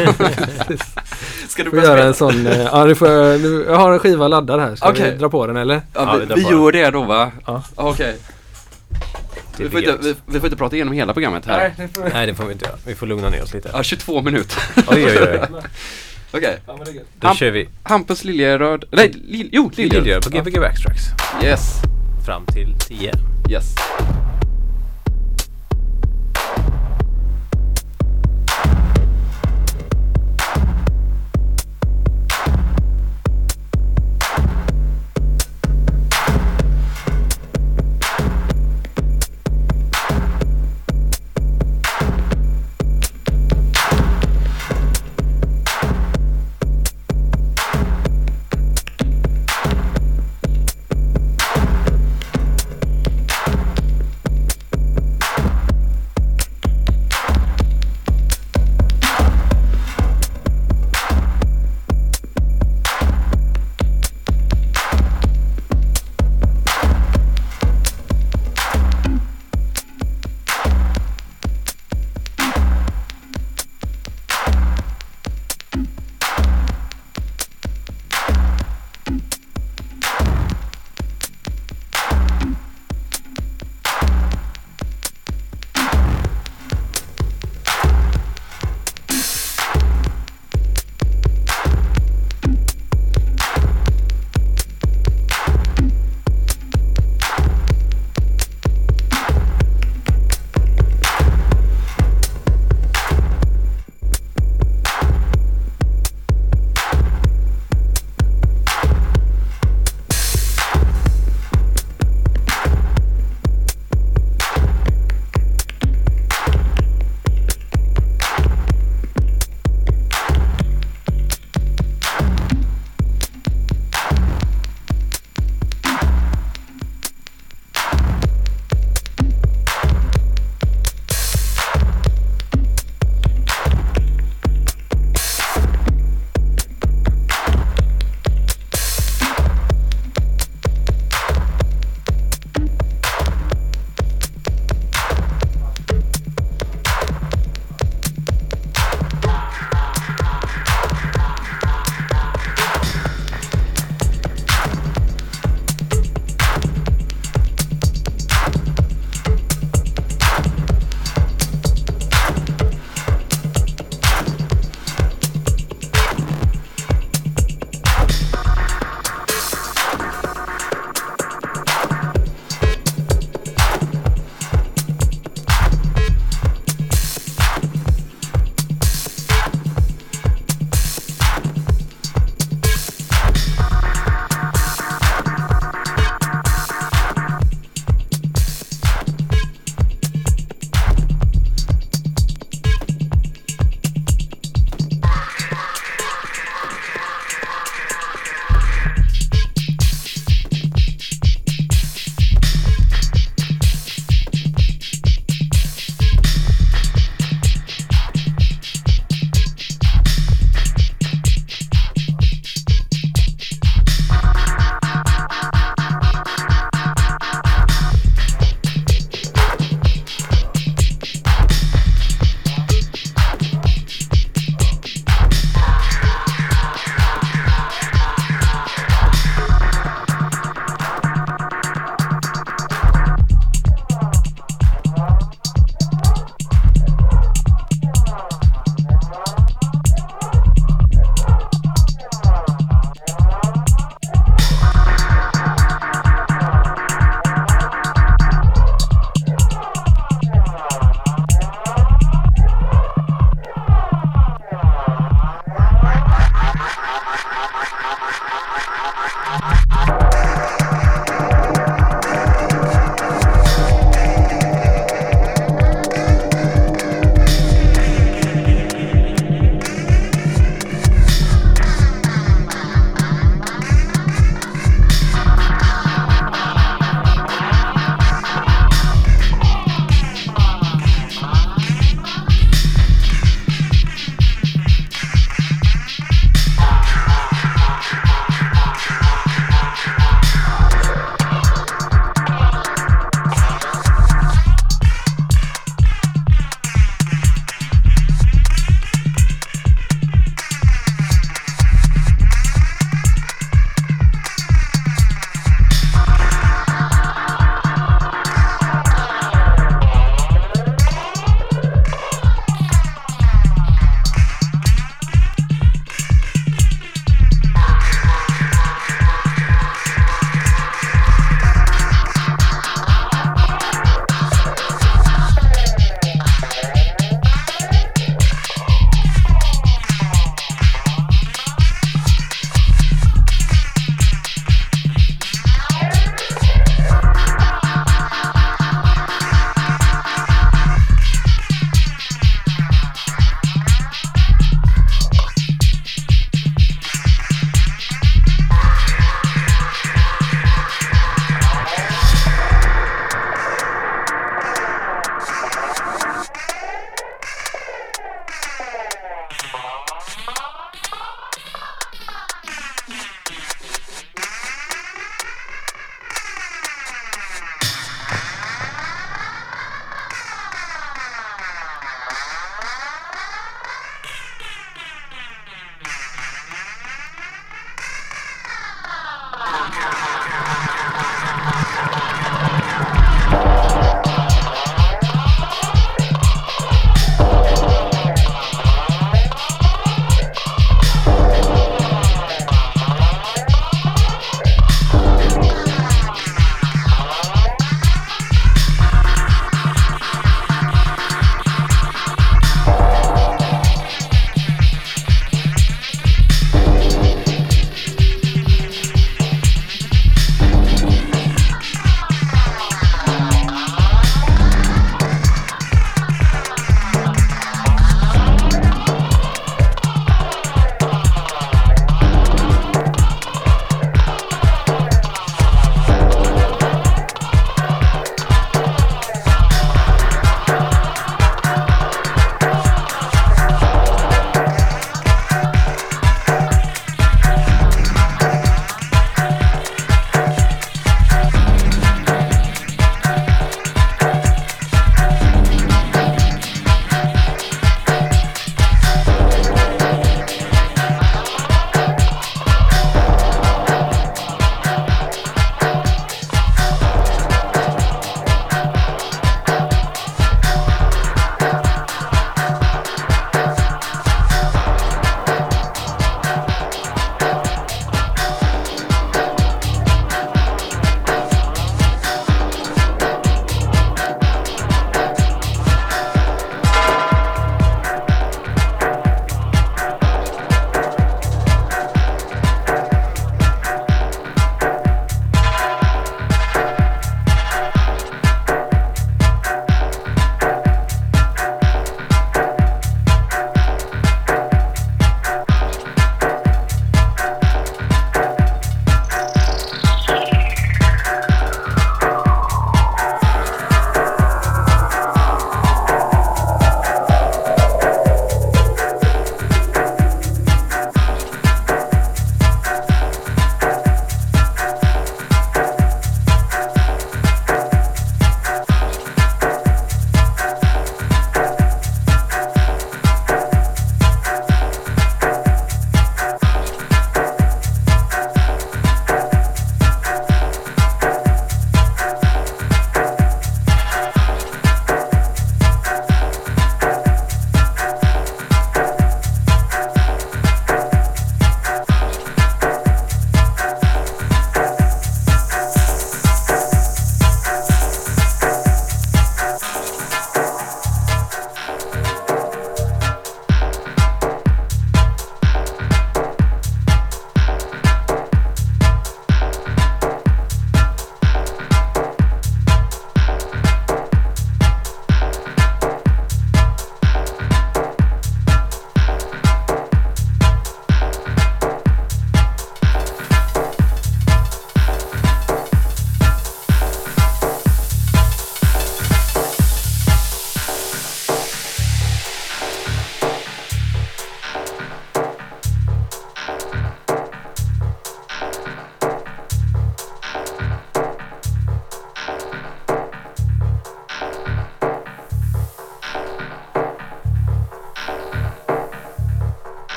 Ska du Får börja göra spela? en sån... eh, Ja, du får, du, jag har en skiva laddad här. Ska Okej. vi dra på den eller? Ja, Ja, vi, det är vi bara- gör det då va? Ja. Okej. vi, får inte, vi, vi får inte prata igenom hela programmet här. Nej, det får vi. Nej, det får vi inte göra. Vi får lugna ner oss lite. Ja, tjugotvå minuter. Oj, oj, oj. Okej. Ja, men det är gött. Då Ham- kör vi Hampus Liljeröd. Nej, Lil, jo, Liljeröd. Liljeröd på Gbg Backtracks. Yes. Fram till tio. Yes.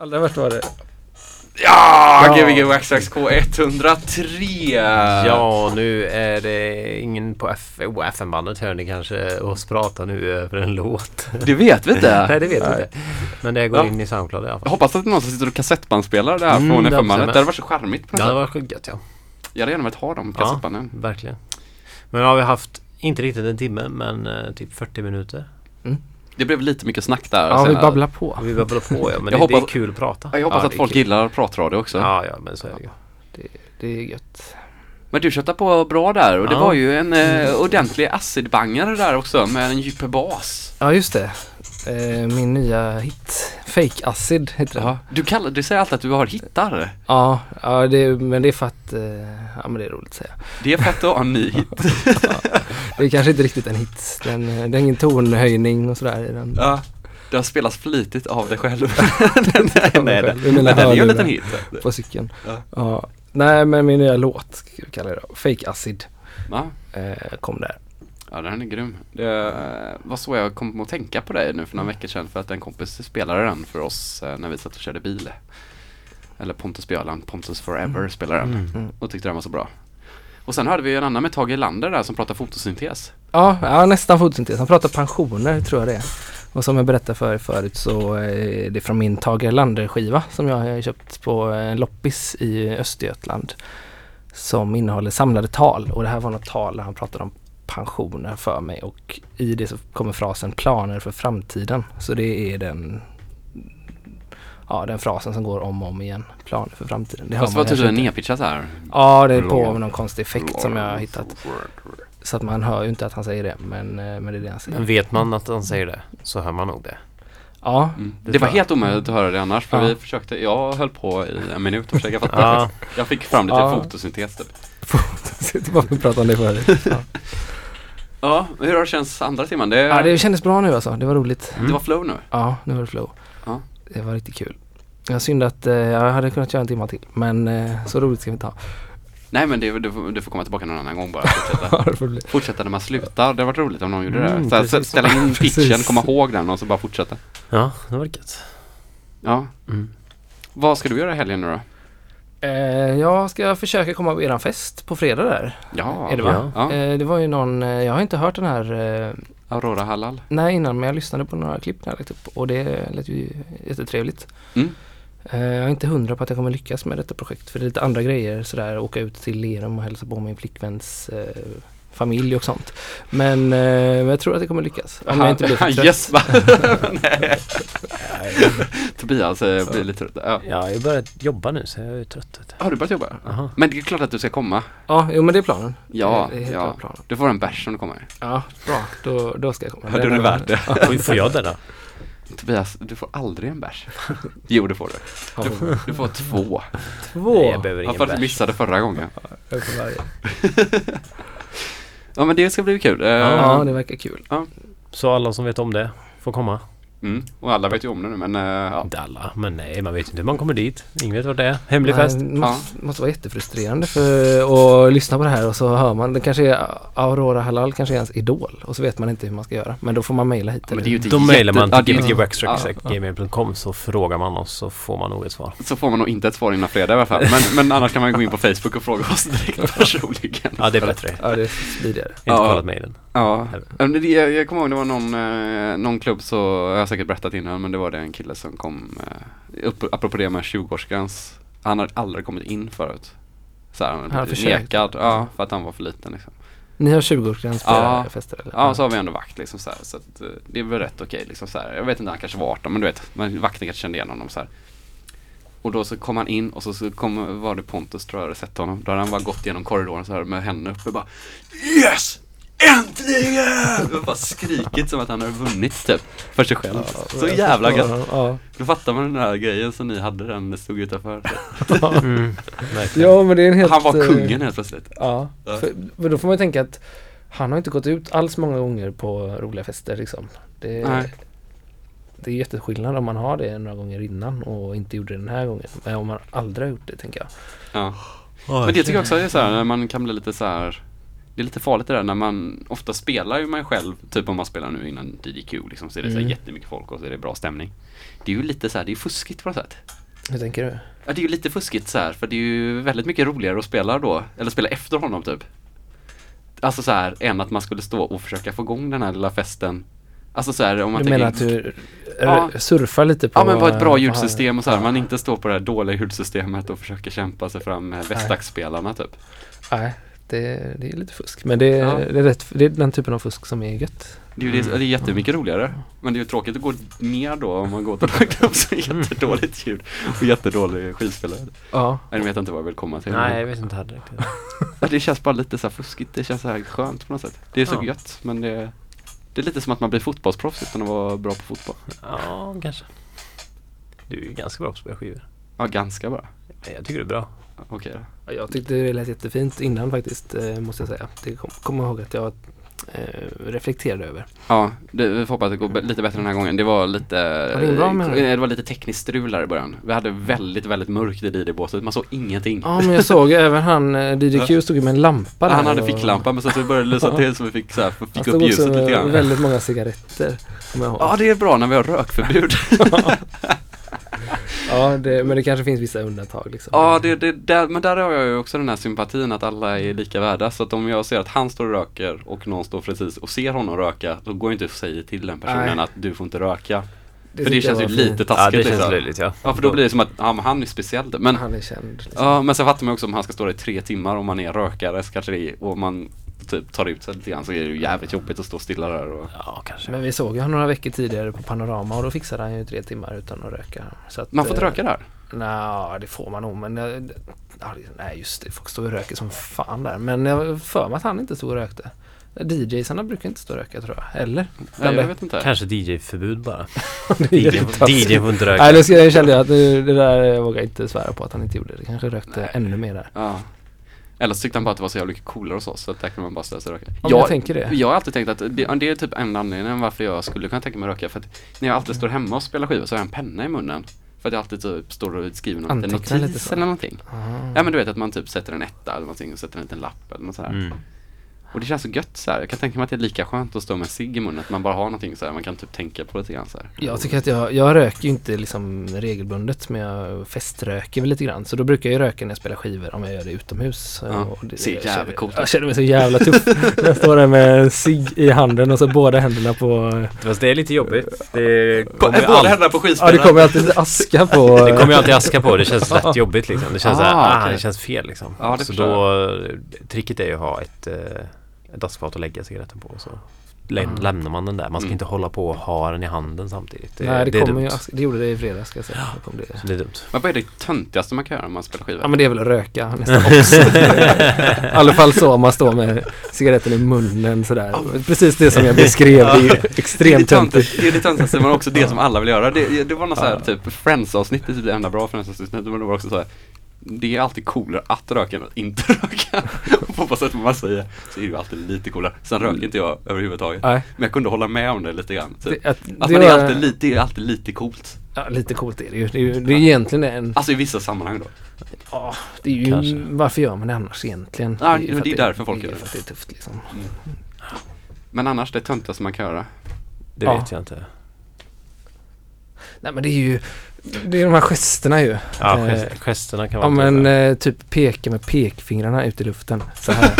Allra värst var det. Ja, Ja. Gbg Wax X K etthundratre! Ja, nu är det ingen på F- oh, F M-bandet hör ni kanske oss prata nu över en låt. Det vet vi inte. Nej, det vet jag inte. Men det går Ja. in i SoundCloud i alla Jag fall. hoppas att någon som sitter och kassettbandspelar det här Mm, från det F M-bandet. stämmer. Det hade varit så charmigt på något Ja, det sätt. var sjukt gött, ja. Jag hade gärna velat ha de Ja, kassettbanden. verkligen. Men har vi haft, inte riktigt en timme, men eh, typ fyrtio minuter. Det blev lite mycket snack där. Ja, så vi jag- babblar på. Vi babblar på, ja. Men Jag det, det är hoppas- kul att prata. Jag hoppas Ja, att det är folk kul. gillar pratradio också. Ja, ja, men så är det ju. Det, det är gött. Men du köttade på bra där och det Ja. var ju en eh, ordentlig acidbangare där också med en djup bas. Ja, just det. Eh, min nya hit. Fake Acid heter den. Ja. Du, kallar, du säger alltid att du har hittar. Ja, ja det, men det är för att... Eh, ja, men det är roligt att säga. Det är för att du har en ny hit. Det är kanske inte riktigt en hit. Den, eh, det är ingen tonhöjning och sådär i den. Ja. Det har spelats flitigt av dig själv. nej, nej, nej, själv. nej. I mina Men den är ju en hörlurar. liten hit. På cykeln. Ja. Ja. Nej, men min nya låt, ska vi kalla det då. Fake Acid. Ja. Eh, kom där. Ja, den är grym. Det eh, var så jag kom att tänka på dig nu för några veckor sedan för att en kompis spelade den för oss eh, när vi satt och körde bil. Eller Pontus Björland, Pontus Forever Mm. spelade den Mm. och tyckte den var så bra. Och sen hade vi en annan med Tage Lander där som pratar fotosyntes. Ja, ja nästan fotosyntes. Han pratar pensioner, tror jag det är. Och som jag berättade för er förut så är det från min Tage Erlander-skiva som jag har köpt på en loppis i Östergötland. Som innehåller samlade tal. Och det här var något tal där han pratade om pensioner för mig. Och i det så kommer frasen planer för framtiden. Så det är den, ja, den frasen som går om och om igen. Planer för framtiden. Det Fast har det man var typ kanske en inte. nedpitchat så här. Ja, det är på med någon konstig effekt som jag har hittat. Så att man hör ju inte att han säger det, men, eh, men det är det han säger. Men vet man att han säger det så hör man nog det. Ja, Mm. det Det var tror jag. helt omöjligt att höra det annars för Ja. vi försökte, jag höll på i en minut och försöka fatta. Ja. Jag fick fram lite Ja. fotosyntes typ. Sitter bara och pratar om det förut. Ja. Ja, hur har det känts andra timman? Det, Ja, det kändes bra nu alltså. Det var roligt. det var flow nu. Ja, nu var det flow. Ja. Det var riktigt kul. Jag har synd att eh, jag hade kunnat köra en timme till. Men eh, så roligt ska vi inte ha. Nej men det, du, får, du får komma tillbaka någon annan gång bara. Fortsätta, Ja, det får bli. fortsätta när man slutar. Det har varit roligt om någon gjorde Mm, det. Så här, precis. ställa in pitchen, Precis. komma ihåg den och så bara fortsätta. Ja, det var gött. Ja. Mm. Vad ska du göra i helgen nu då? Eh, jag ska försöka komma på eran fest på fredag där. Ja, Är det va? Ja. Eh, det var ju någon, eh, jag har inte hört den här, eh, Aurora Halal. nej innan, men jag lyssnade på några klipp när jag lagt upp. Och det lät ju jättetrevligt. Mm. Eh, jag är inte hundra på att jag kommer lyckas med detta projekt. För det är lite andra grejer sådär, åka ut till Lerum och hälsa på min flickväns eh, familj och sånt. Men eh, jag tror att det kommer lyckas. Om jag inte blir för trött. Yes, va? Nej. Tobias eh, blir lite trött. Ja. Ja, jag har börjat jobba nu så jag är trött. vet du. Har du börjat jobba? Aha. Men det är klart att du ska komma. Ja, jo men det är planen. Ja, det är helt ja. klart planen. Du får en bärs om du kommer. Ja, bra. Då, då ska jag komma. Ja, då är det värt det. Får, får jag det då? Tobias, du får aldrig en bärs. Jo, det får du. Du får, du får två. Två. Nej, jag behöver Ja, ingen för att du bärs. missade förra gången. Jag får varje. Ja, men det ska bli kul. Eh, Ja, det verkar kul. Så alla som vet om det får komma. mm. Och alla vet ju om det nu, men eh, ja. Inte alla, men nej, man vet inte hur man kommer dit. Ingen vet vad det är. Hemlig Nej, fest. det måste, måste vara jättefrustrerande för att lyssna på det här och så hör man, det kanske är Aurora Halal kanske är ens idol och så vet man inte hur man ska göra. Men då får man mejla hit. Ja, men eller- det är ju inte Då mejlar man jätte- till ja, det är ju- gbtgwaxtrack punkt gmail punkt com så frågar man oss så får man nog ett svar. Så får man nog inte ett svar innan fredag i alla fall. Men, men annars kan man gå in på Facebook och fråga oss direkt personligen. Ja, det är bättre. Ja, det är smidigare. Inte Ja. kollat mejlen. Ja, men det, jag, jag kommer ihåg det var någon, eh, någon klubb så, jag har säkert berättat innan, men det var det en kille som kom, eh, upp, apropå det med tjugo-årsgräns, han hade aldrig kommit in förut. Så här, han Han hade har blivit försökt. nekad, ja, för att han var för liten liksom. Ni har tjugo-årsgräns på Ja. era fester eller? Ja, så har vi ändå vakt liksom så här, så att, eh, det är väl rätt okej liksom så här. Jag vet inte, han kanske var arton, men du vet, men vakten kanske kände igen honom så här. Och då så kom han in och så, så kom, var det Pontus, tror jag hade sett honom. Då hade han bara gått genom korridoren så här med henne uppe och bara yes! Äntligen! Och bara skrikit som att han hade vunnit typ för sig själv. Så jävla gött. Ja. Då fattar man den här grejen som ni hade den det stod utanför. Mm, verkligen. Ja, men det är en helt... Han var eh, kungen helt plötsligt. Ja, Ja. för, för då får man ju tänka att han har inte gått ut alls många gånger på roliga fester liksom. Det, Nej. det är jätteskillnad om man har det några gånger innan och inte gjorde det den här gången. Men om man aldrig har gjort det, tänker jag. Ja. Men det tycker jag också är så här, när man kan bli lite så här det är lite farligt det där när man ofta spelar ju man själv, typ om man spelar nu innan D D Q liksom, så är det mm. så här jättemycket folk och så är det bra stämning. Det är ju lite så här, det är fuskigt på något sätt. Hur tänker du? Ja, det är ju lite fuskigt så här, för det är ju väldigt mycket roligare att spela då, eller spela efter honom typ. Alltså så här, än att man skulle stå och försöka få igång den här lilla festen. Alltså så här, om man du tänker, menar att du ja, surfar lite på... Ja, men på ett bra ljudsystem och så här. Ja. Man inte står på det här dåliga ljudsystemet och försöker kämpa sig fram med Vestax-spelarna typ. Nej, det, det är lite fusk. Men det, ja. det, är rätt, det är den typen av fusk som är gött. Det är, ju det, det är jättemycket roligare. Men det är ju tråkigt att gå ner då om man går till Ragnar så jättedåligt ljud och jättedålig skivspelare. Ja. Jag vet inte vad jag vill komma till. Nej, jag vet inte heller. Det känns bara lite så här fuskigt. Det känns så här skönt på något sätt. Det är så ja. gött, men det, det är lite som att man blir fotbollsproffs utan att vara bra på fotboll. Ja, kanske. Du är ju ganska bra på att spela skivor. Ja, ganska bra. Jag tycker det är bra. Okej då. Ja, jag tyckte det lät jättefint innan faktiskt, eh, måste jag säga. Det kommer kom ihåg att jag eh, reflekterade över. Ja, det, vi får hoppas att det går be- lite bättre den här gången. Det var lite ja, det, bra med det var lite tekniskt strul där i början. Vi hade väldigt, väldigt mörkt i D D-båset. Man såg ingenting. Ja, men jag såg även han, D D Q stod ju med en lampa där. Han hade ficklampa, men så, så började det lysa till så vi fick, så här, fick upp ljuset lite grann. Väldigt många cigaretter. Ja, det är bra när vi har rökförbud. Ja, det, men det kanske finns vissa undantag liksom. Ja, det, det, där, men där har jag ju också den här sympatin att alla är lika värda. Så att om jag ser att han står och röker och någon står precis och ser honom röka, då går jag inte och säger till den personen Nej. att du får inte röka. Det för det känns ju lite taskigt. Ja, det känns liksom. löjligt, ja. Ja, för då blir det som att ja, men han är speciell. Men, han är känd. Liksom. Ja, men sen fattar man också om han ska stå där i tre timmar om man är rökare så kanske det är, och man typ tar ut sig lite grann så är det ju jävligt jobbigt att stå stilla där. Och... Ja, kanske. Men vi såg ju han några veckor tidigare på Panorama och då fixade han ju tre timmar utan att röka. Så att, man får inte röka där? Nej, det får man nog, men ja, nej just det, folk står och röker som fan där. Men jag för mig att han inte stod och rökte. D Jsarna brukar inte stå och röka, tror jag. Eller? Nej, jag vet inte. Kanske D J-förbud bara. D J får inte röka. Nej, det kände jag att det, det där jag vågar inte svära på att han inte gjorde det. Kanske rökte nej. ännu mer där. Ja. Eller så tyckte han bara att det var så jävla mycket coolare hos oss, så att där kan man bara ställa sig och röka. Ja, jag, jag tänker det. Jag har alltid tänkt att det, det är typ en anledning varför jag skulle kunna tänka mig röka. För att när jag alltid står hemma och spelar skivor så har jag en penna i munnen. För att jag alltid typ står och skriver någon liten notis lite eller någonting. Aha. Ja, men du vet att man typ sätter en etta eller någonting och sätter en liten lapp eller något sådär. Mm. Och det känns så gött så här. Jag kan tänka mig att det är lika skönt att stå med cigg i munnen, att man bara har någonting så här. Man kan typ tänka på lite grann så här. Jag tycker att jag, jag röker ju inte liksom regelbundet, men jag feströker väl lite grann. Så då brukar jag röka när jag spelar skivor om jag gör det utomhus. Ja, och det ser jävligt coolt. Jag känner mig så jävla tuff. Jag står där med cigg i handen och så båda händerna på... Fast det är lite jobbigt. Det kommer båda all... händerna på skivspelaren. Ja, det kommer alltid lite aska på. Det kommer ju alltid aska på. Det känns rätt jobbigt liksom. Det känns ah, såhär, okay. ah, det känns fel liksom. Ja, det så då, tricket är ju att ha ett... Eh, ett daskfat att lägga cigaretten på, så lä- mm. lämnar man den där. Man ska mm. inte hålla på och ha den i handen samtidigt. Det, Nej, det, det, kommer ju, det gjorde det i fredags, ska jag säga. Ja, det. det är dumt. Men vad är det töntigaste man kan göra om man spelar skivor? Ja, men det är väl att röka nästan också. I alla fall så, om man står med cigaretten i munnen sådär. Oh. Precis det som jag beskrev, det är ju extremt töntigt. Det är det töntigaste, men också det som alla vill göra. Det, det var något så här, typ Friends-avsnitt, det är det enda bra Friends-avsnitt, men det var också så här. Det är alltid coolare att röka än att inte röka. På vad sätt man säger så är det ju alltid lite coolare. Sen röker inte jag överhuvudtaget. Nej. Men jag kunde hålla med om det lite grann. Typ. Det, att, att det man är alltid lite, det är alltid lite coolt. Ja, lite coolt är det ju. Det är ju det är egentligen en... Alltså i vissa sammanhang då. Ja, det är ju... Kanske. Varför gör man det annars egentligen? Ja, det är, det är därför folk gör det. För att det är tufft liksom. Mm. Men annars det töntigaste man kan göra. Det ja. vet jag inte. Nej, men det är ju... Det är de här gesterna ju. Ja, gest, gesterna kan vara. Ja, men eh, typ peka med pekfingrarna ut i luften. Så här.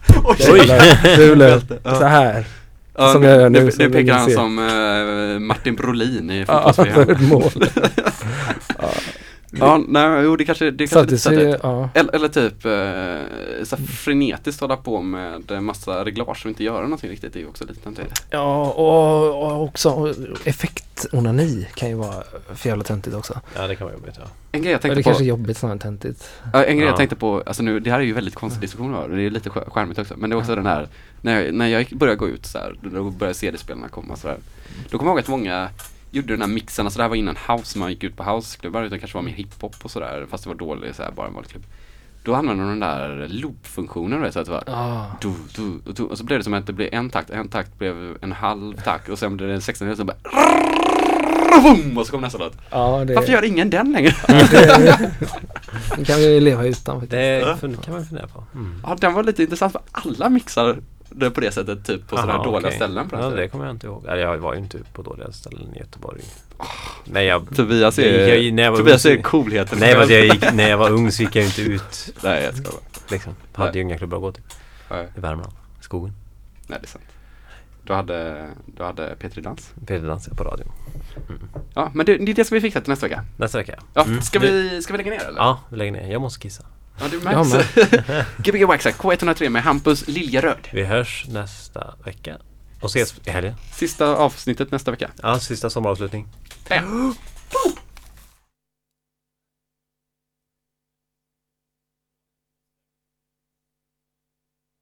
Oj! Så här. Ja, som jag gör nu. Det, det pekar han som uh, Martin Brolin i fotbollsprogram. Ja, ja, nej, jo, det kanske det kanske lite ser, ja. eller, eller typ eh, så frenetiskt hålla på med massa reglage och inte göra någonting riktigt, det är ju också lite töntigt. Ja, och, och också effektonani kan ju vara för jävla töntigt också. Ja, det kan vara jobbigt, ja. En grej jag tänkte det på, kanske är jobbigt sådant töntigt. Ja, en grej ja. jag tänkte på, alltså nu, det här är ju väldigt konstig diskussion och det är lite skärmigt också, men det är också ja. den här, när jag, när jag började gå ut så här, då började C D-spelarna komma så här. Då kommer jag ihåg att många gjorde den här mixen, alltså det här var innan house, man gick ut på houseklubbar, utan kanske var mer hiphop och sådär, fast det var dåligt så här, bara en vanlig klubb. Då använde de den där loop-funktionen, vet, så att det var ah. du, du, du, och så blev det som att det blev en takt, en takt blev en halv takt och sen blev det en sexton och så bara boom, och så kom nästa låt. Ja, det... Varför gör ingen den längre? Den kan vi leva utan faktiskt. Det fun- kan man fundera på. Mm. Ja, den var lite intressant för alla mixar det på det sättet typ på sådana Aha, dåliga okej. ställen på den Ja, tiden. det kommer jag inte ihåg. Eller jag var ju inte på dåliga ställen i Göteborg. Nej, jag... Tobias är, jag, jag, när jag var Tobias ung, är coolheten. nej, men jag gick, när jag var ung så gick jag ju inte ut. Nej, jag ska bara. Liksom. Hade ju inga klubbar att gå till. Nej. I Värmland. I skogen. Nej, det är sant. Du hade, du hade Petri Dans. Peter dansade på radio. Mm. Ja, men det, det är det som vi fixar till nästa vecka. Nästa vecka. Ja, Mm. ska, Nu- vi, ska vi lägga ner eller? Ja, vi lägger ner. Jag måste kissa. Ja, du Jag märks. Gbg Waxax K ett noll tre med Hampus Liljeröd. Vi hörs nästa vecka. Och ses i helgen. Sista avsnittet nästa vecka. Ja, sista sommaravslutning. Hej.